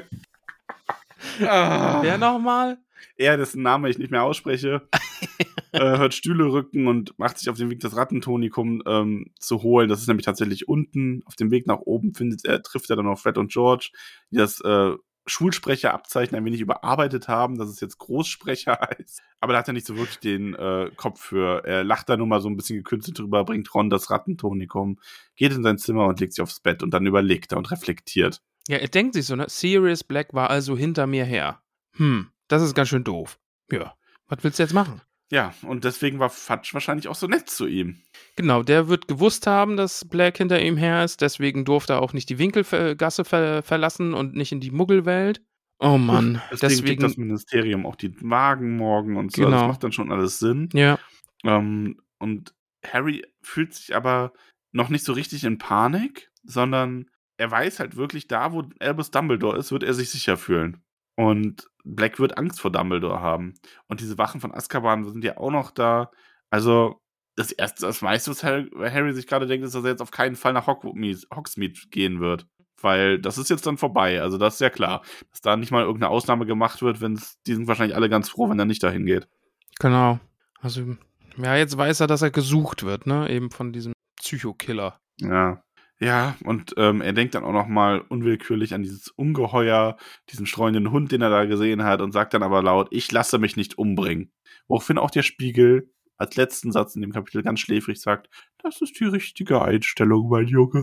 Wer nochmal? Er, dessen Name ich nicht mehr ausspreche, hört Stühle rücken und macht sich auf den Weg, das Rattentonikum zu holen. Das ist nämlich tatsächlich unten. Auf dem Weg nach oben trifft er dann auf Fred und George, die das Schulsprecherabzeichen ein wenig überarbeitet haben, dass es jetzt Großsprecher heißt. Aber da hat er nicht so wirklich den Kopf für. Er lacht da nur mal so ein bisschen gekünstelt drüber, bringt Ron das Rattentonikum, geht in sein Zimmer und legt sich aufs Bett und dann überlegt er und reflektiert. Ja, er denkt sich so, ne? Sirius Black war also hinter mir her. Das ist ganz schön doof. Ja, was willst du jetzt machen? Ja, und deswegen war Fudge wahrscheinlich auch so nett zu ihm. Genau, der wird gewusst haben, dass Black hinter ihm her ist, deswegen durfte er auch nicht die Winkelgasse verlassen und nicht in die Muggelwelt. Oh Mann. Deswegen kriegt das Ministerium auch die Wagen morgen und so. Genau. Das macht dann schon alles Sinn. Ja. Und Harry fühlt sich aber noch nicht so richtig in Panik, sondern er weiß halt wirklich, da wo Albus Dumbledore ist, wird er sich sicher fühlen. Und Black wird Angst vor Dumbledore haben. Und diese Wachen von Azkaban sind ja auch noch da. Also, das meiste, was Harry sich gerade denkt, ist, dass er jetzt auf keinen Fall nach Hogsmeade gehen wird. Weil das ist jetzt dann vorbei. Also, das ist ja klar. Dass da nicht mal irgendeine Ausnahme gemacht wird, die sind wahrscheinlich alle ganz froh, wenn er nicht dahin geht. Genau. Also, ja, jetzt weiß er, dass er gesucht wird, ne? Eben von diesem Psychokiller. Ja. Ja, und er denkt dann auch noch mal unwillkürlich an dieses Ungeheuer, diesen streunenden Hund, den er da gesehen hat, und sagt dann aber laut, ich lasse mich nicht umbringen. Woraufhin auch der Spiegel als letzten Satz in dem Kapitel ganz schläfrig sagt, das ist die richtige Einstellung, mein Junge.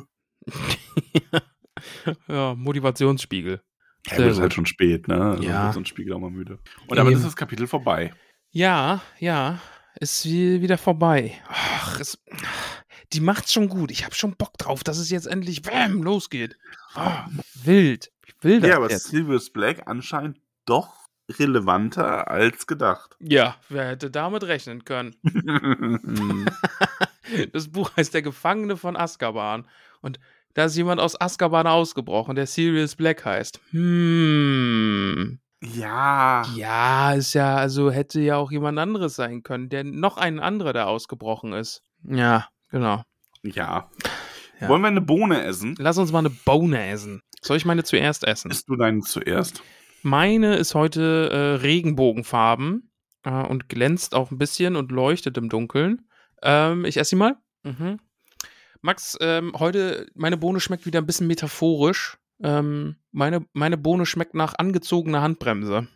Ja, Motivationsspiegel. Ja, aber es ist halt schon spät, ne? Also Ja. wird so ein Spiegel auch mal müde. Und damit ist das Kapitel vorbei. Ja, ist wieder vorbei. Ach, die macht's schon gut. Ich habe schon Bock drauf, dass es jetzt endlich losgeht. Wild. Ich will das Ja, aber jetzt. Sirius Black anscheinend doch relevanter als gedacht. Ja, wer hätte damit rechnen können? Das Buch heißt Der Gefangene von Azkaban. Und da ist jemand aus Azkaban ausgebrochen, der Sirius Black heißt. Ja. Ja, ist ja, also hätte ja auch jemand anderes sein können, der noch ein anderer, der ausgebrochen ist. Ja, genau. Ja. Ja. Wollen wir eine Bohne essen? Lass uns mal eine Bohne essen. Soll ich meine zuerst essen? Isst du deine zuerst? Meine ist heute Regenbogenfarben und glänzt auch ein bisschen und leuchtet im Dunkeln. Ich esse sie mal. Mhm. Max, heute, meine Bohne schmeckt wieder ein bisschen metaphorisch. Meine Bohne schmeckt nach angezogener Handbremse.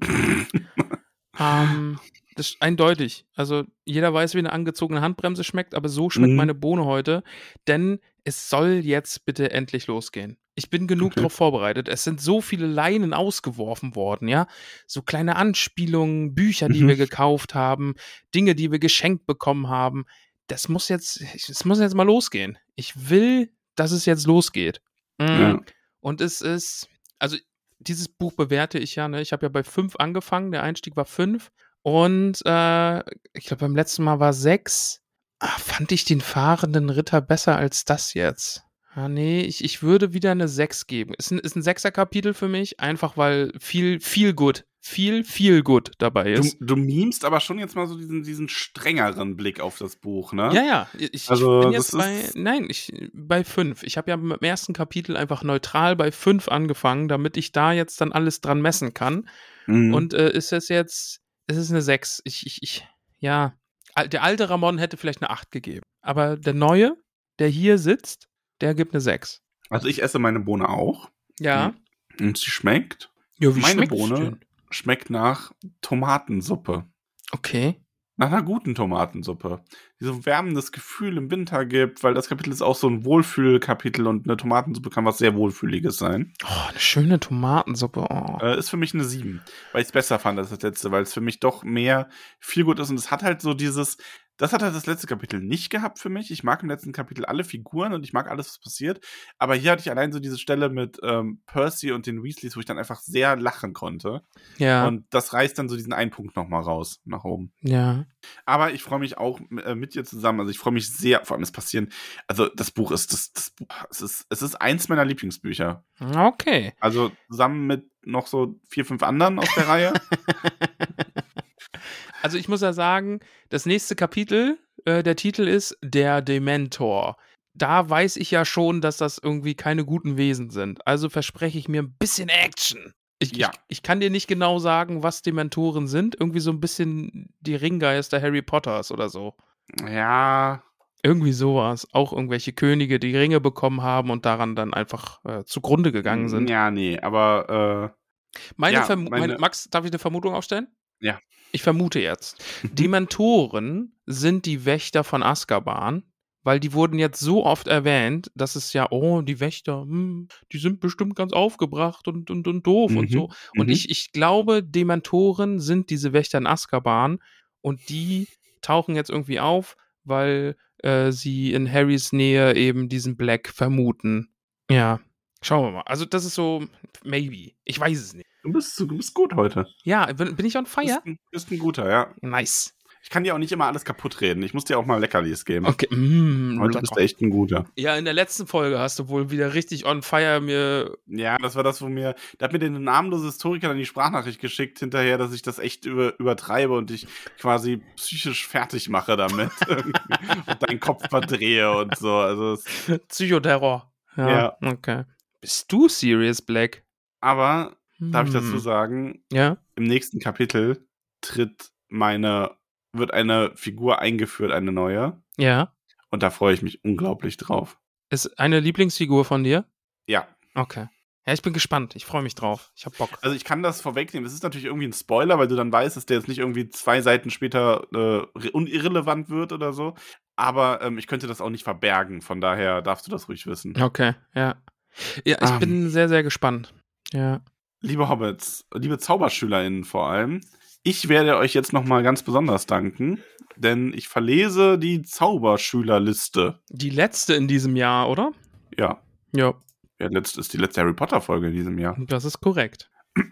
Das ist eindeutig. Also jeder weiß, wie eine angezogene Handbremse schmeckt, aber so schmeckt meine Bohne heute, denn es soll jetzt bitte endlich losgehen. Ich bin genug darauf vorbereitet. Es sind so viele Leinen ausgeworfen worden, ja. So kleine Anspielungen, Bücher, die wir gekauft haben, Dinge, die wir geschenkt bekommen haben. Es muss jetzt mal losgehen. Ich will, dass es jetzt losgeht. Ja. Und es ist, also dieses Buch bewerte ich ja, ne? Ich habe ja bei 5 angefangen, der Einstieg war 5 und ich glaube beim letzten Mal war 6. Fand ich den fahrenden Ritter besser als das jetzt? Nee, ich würde wieder eine 6 geben. Ist ein 6er-Kapitel für mich, einfach weil viel gut dabei ist. Du memst aber schon jetzt mal so diesen strengeren Blick auf das Buch, ne? Ja. Ich Also, bin jetzt das bei 5. Ich habe ja im ersten Kapitel einfach neutral bei 5 angefangen, damit ich da jetzt dann alles dran messen kann. Und ist es eine 6. Der alte Ramon hätte vielleicht eine 8 gegeben. Aber der neue, der hier sitzt, der gibt eine 6. Also ich esse meine Bohne auch. Ja. Und sie schmeckt. Ja, wie meine schmeckt's Bohne denn? schmeckt nach Tomatensuppe. Okay. Nach einer guten Tomatensuppe. Die so ein wärmendes Gefühl im Winter gibt, weil das Kapitel ist auch so ein Wohlfühlkapitel und eine Tomatensuppe kann was sehr Wohlfühliges sein. Oh, eine schöne Tomatensuppe. Oh. Ist für mich eine 7, weil ich es besser fand als das letzte, weil es für mich doch mehr viel gut ist und es hat halt so das hat halt das letzte Kapitel nicht gehabt für mich. Ich mag im letzten Kapitel alle Figuren und ich mag alles, was passiert. Aber hier hatte ich allein so diese Stelle mit Percy und den Weasleys, wo ich dann einfach sehr lachen konnte. Ja. Und das reißt dann so diesen einen Punkt nochmal raus, nach oben. Ja. Aber ich freue mich auch mit dir zusammen. Also ich freue mich sehr, vor allem es passieren. Also das Buch ist, das Buch, es ist eins meiner Lieblingsbücher. Okay. Also zusammen mit noch so 4, 5 anderen aus der Reihe. Also ich muss ja sagen, das nächste Kapitel, der Titel ist Der Dementor. Da weiß ich ja schon, dass das irgendwie keine guten Wesen sind. Also verspreche ich mir ein bisschen Action. Ich kann dir nicht genau sagen, was Dementoren sind. Irgendwie so ein bisschen die Ringgeister Harry Potters oder so. Ja. Irgendwie sowas. Auch irgendwelche Könige, die Ringe bekommen haben und daran dann einfach zugrunde gegangen sind. Ja, nee, aber Max, darf ich eine Vermutung aufstellen? Ja. Ich vermute jetzt. Dementoren sind die Wächter von Azkaban, weil die wurden jetzt so oft erwähnt, dass es ja, die Wächter, die sind bestimmt ganz aufgebracht und doof und so. Und ich glaube, Dementoren sind diese Wächter in Azkaban und die tauchen jetzt irgendwie auf, weil sie in Harrys Nähe eben diesen Black vermuten. Ja, schauen wir mal. Also das ist so, maybe. Ich weiß es nicht. Du bist gut heute. Ja, bin ich on fire? Bist ein guter, ja. Nice. Ich kann dir auch nicht immer alles kaputt reden. Ich muss dir auch mal Leckerlis geben. Okay. Heute bist du echt ein guter. Ja, in der letzten Folge hast du wohl wieder richtig on fire mir. Ja, das war das, der hat mir den namenlosen Historiker dann die Sprachnachricht geschickt hinterher, dass ich das echt übertreibe und dich quasi psychisch fertig mache damit. Und deinen Kopf verdrehe und so. Also Psychoterror. Ja. Okay. Bist du Sirius Black? Aber, darf ich dazu sagen, Ja. im nächsten Kapitel wird eine Figur eingeführt, eine neue. Ja. Und da freue ich mich unglaublich drauf. Ist eine Lieblingsfigur von dir? Ja. Okay. Ja, ich bin gespannt. Ich freue mich drauf. Ich hab Bock. Also ich kann das vorwegnehmen. Es ist natürlich irgendwie ein Spoiler, weil du dann weißt, dass der jetzt nicht irgendwie 2 Seiten später irrelevant wird oder so. Aber ich könnte das auch nicht verbergen. Von daher darfst du das ruhig wissen. Okay, ja. Ja, ich bin sehr, sehr gespannt. Ja. Liebe Hobbits, liebe ZauberschülerInnen vor allem, ich werde euch jetzt nochmal ganz besonders danken, denn ich verlese die Zauberschülerliste. Die letzte in diesem Jahr, oder? Ja. Ja. Ja, ist die letzte Harry Potter-Folge in diesem Jahr. Das ist korrekt.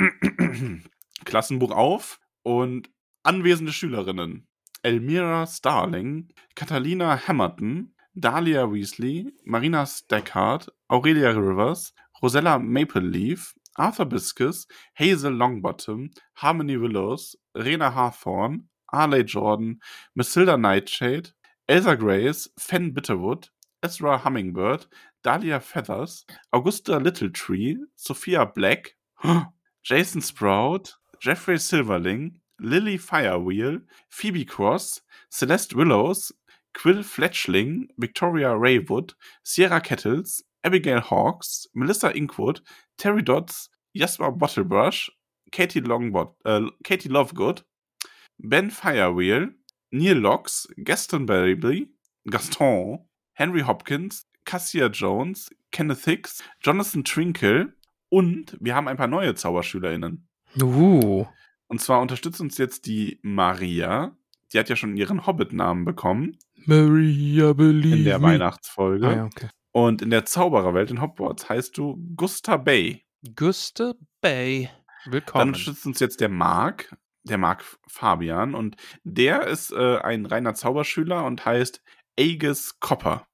Klassenbuch auf und anwesende Schülerinnen. Elmira Starling, Catalina Hammerton, Dahlia Weasley, Marina Stackard, Aurelia Rivers, Rosella Mapleleaf, Arthur Biscus, Hazel Longbottom, Harmony Willows, Rena Hawthorne, Arley Jordan, Matilda Nightshade, Elsa Grace, Fen Bitterwood, Ezra Hummingbird, Dahlia Feathers, Augusta Littletree, Sophia Black, Jason Sprout, Jeffrey Silverling, Lily Firewheel, Phoebe Cross, Celeste Willows, Quill Fletchling, Victoria Raywood, Sierra Kettles, Abigail Hawkes, Melissa Inkwood, Terry Dodds, Jasper Bottlebrush, Katie Lovegood, Ben Firewheel, Neil Locks, Gaston Barreby, Henry Hopkins, Cassia Jones, Kenneth Hicks, Jonathan Trinkle und wir haben ein paar neue ZauberschülerInnen. Und zwar unterstützt uns jetzt die Maria. Die hat ja schon ihren Hobbit-Namen bekommen. Maria Believe in der Weihnachtsfolge. Ah, ja, okay. Und in der Zaubererwelt in Hogwarts heißt du Gusta Bay. Gusta Bay. Willkommen. Dann unterstützt uns jetzt der Marc Fabian. Und der ist ein reiner Zauberschüler und heißt Aegis Copper.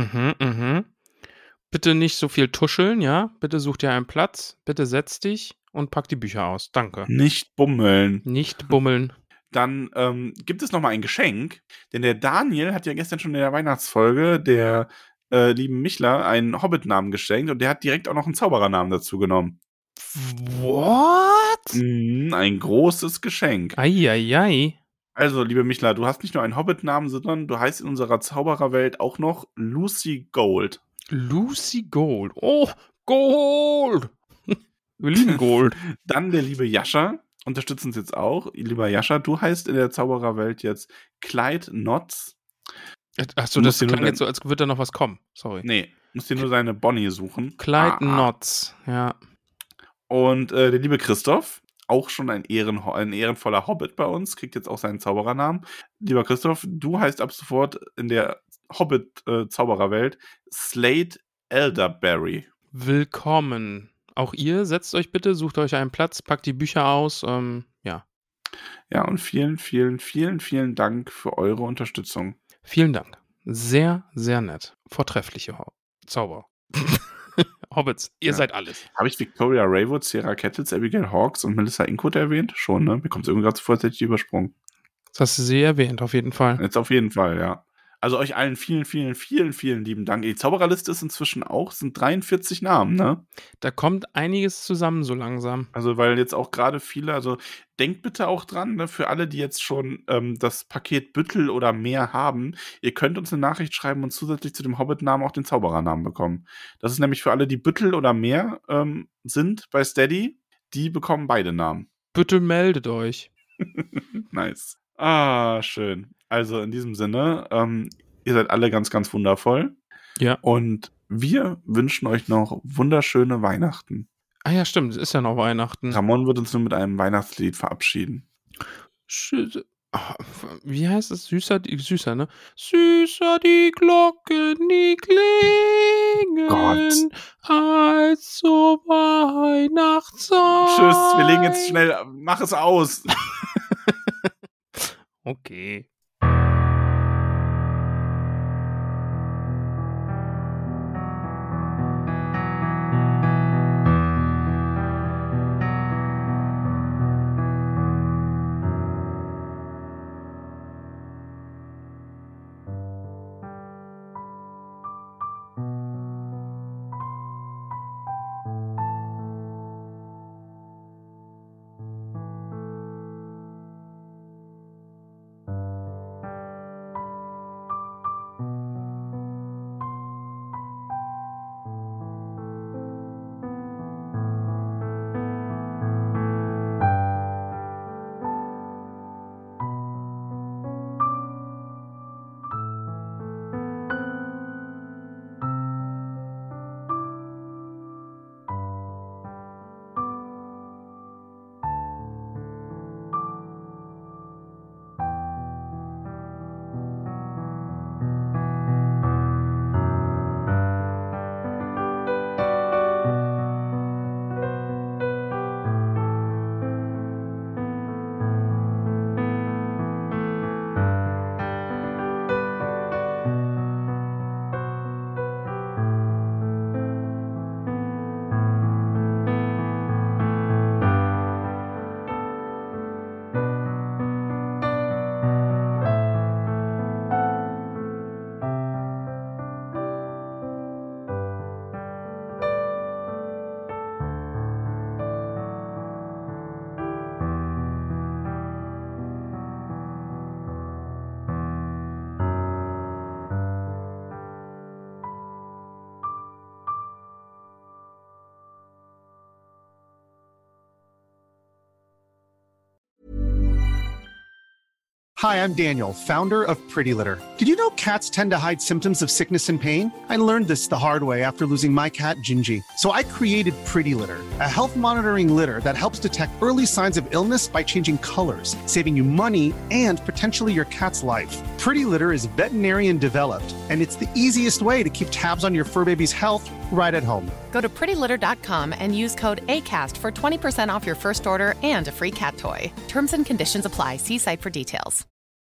Bitte nicht so viel tuscheln, ja? Bitte such dir einen Platz. Bitte setz dich und pack die Bücher aus. Danke. Nicht bummeln. Nicht bummeln. Dann gibt es nochmal ein Geschenk, denn der Daniel hat ja gestern schon in der Weihnachtsfolge der lieben Michler einen Hobbit-Namen geschenkt und der hat direkt auch noch einen Zauberernamen dazu genommen. What? Ein großes Geschenk. Eieiei. Also, liebe Michler, du hast nicht nur einen Hobbit-Namen, sondern du heißt in unserer Zaubererwelt auch noch Lucy Gold. Lucy Gold. Oh, Gold. Wir lieben Gold. Dann der liebe Jascha. Unterstützt uns jetzt auch. Lieber Jascha, du heißt in der Zaubererwelt jetzt Clyde Knotts. Achso, das klang jetzt so, als würde da noch was kommen. Sorry. Nee, musst dir nur seine Bonnie suchen. Clyde Knotts, ja. Und der liebe Christoph, auch schon ein ehrenvoller Hobbit bei uns, kriegt jetzt auch seinen Zauberernamen. Lieber Christoph, du heißt ab sofort in der Hobbit-Zaubererwelt Slade Elderberry. Willkommen. Auch ihr, setzt euch bitte, sucht euch einen Platz, packt die Bücher aus, ja. Ja, und vielen, vielen, vielen, vielen Dank für eure Unterstützung. Vielen Dank. Sehr, sehr nett. Vortreffliche Zauber. Hobbits, ihr seid alles. Habe ich Victoria Raywood, Sierra Kettles, Abigail Hawkes und Melissa Inkwood erwähnt? Schon, ne? Mir kommt es irgendwie gerade vor, als hätte ich die übersprungen. Das hast du sie erwähnt, auf jeden Fall. Jetzt auf jeden Fall, ja. Also euch allen vielen, vielen, vielen, vielen lieben Dank. Die Zaubererliste ist inzwischen auch, sind 43 Namen, ne? Da kommt einiges zusammen so langsam. Also weil jetzt auch gerade viele, also denkt bitte auch dran, ne, für alle, die jetzt schon das Paket Büttel oder mehr haben, ihr könnt uns eine Nachricht schreiben und zusätzlich zu dem Hobbit-Namen auch den Zauberernamen bekommen. Das ist nämlich für alle, die Büttel oder mehr sind bei Steady, die bekommen beide Namen. Bitte meldet euch. Nice. Ah, schön. Also in diesem Sinne, ihr seid alle ganz, ganz wundervoll. Ja. Und wir wünschen euch noch wunderschöne Weihnachten. Ah ja, stimmt, es ist ja noch Weihnachten. Ramon wird uns nun mit einem Weihnachtslied verabschieden. Wie heißt es? Süßer, ne? Süßer die Glocken, die klingen als zur Weihnachtszeit. Tschüss, wir legen jetzt schnell, mach es aus. Okay. Hi, I'm Daniel, founder of Pretty Litter. Did you know cats tend to hide symptoms of sickness and pain? I learned this the hard way after losing my cat, Gingy. So I created Pretty Litter, a health monitoring litter that helps detect early signs of illness by changing colors, saving you money and potentially your cat's life. Pretty Litter is veterinarian developed, and it's the easiest way to keep tabs on your fur baby's health right at home. Go to prettylitter.com and use code ACAST for 20% off your first order and a free cat toy. Terms and conditions apply. See site for details.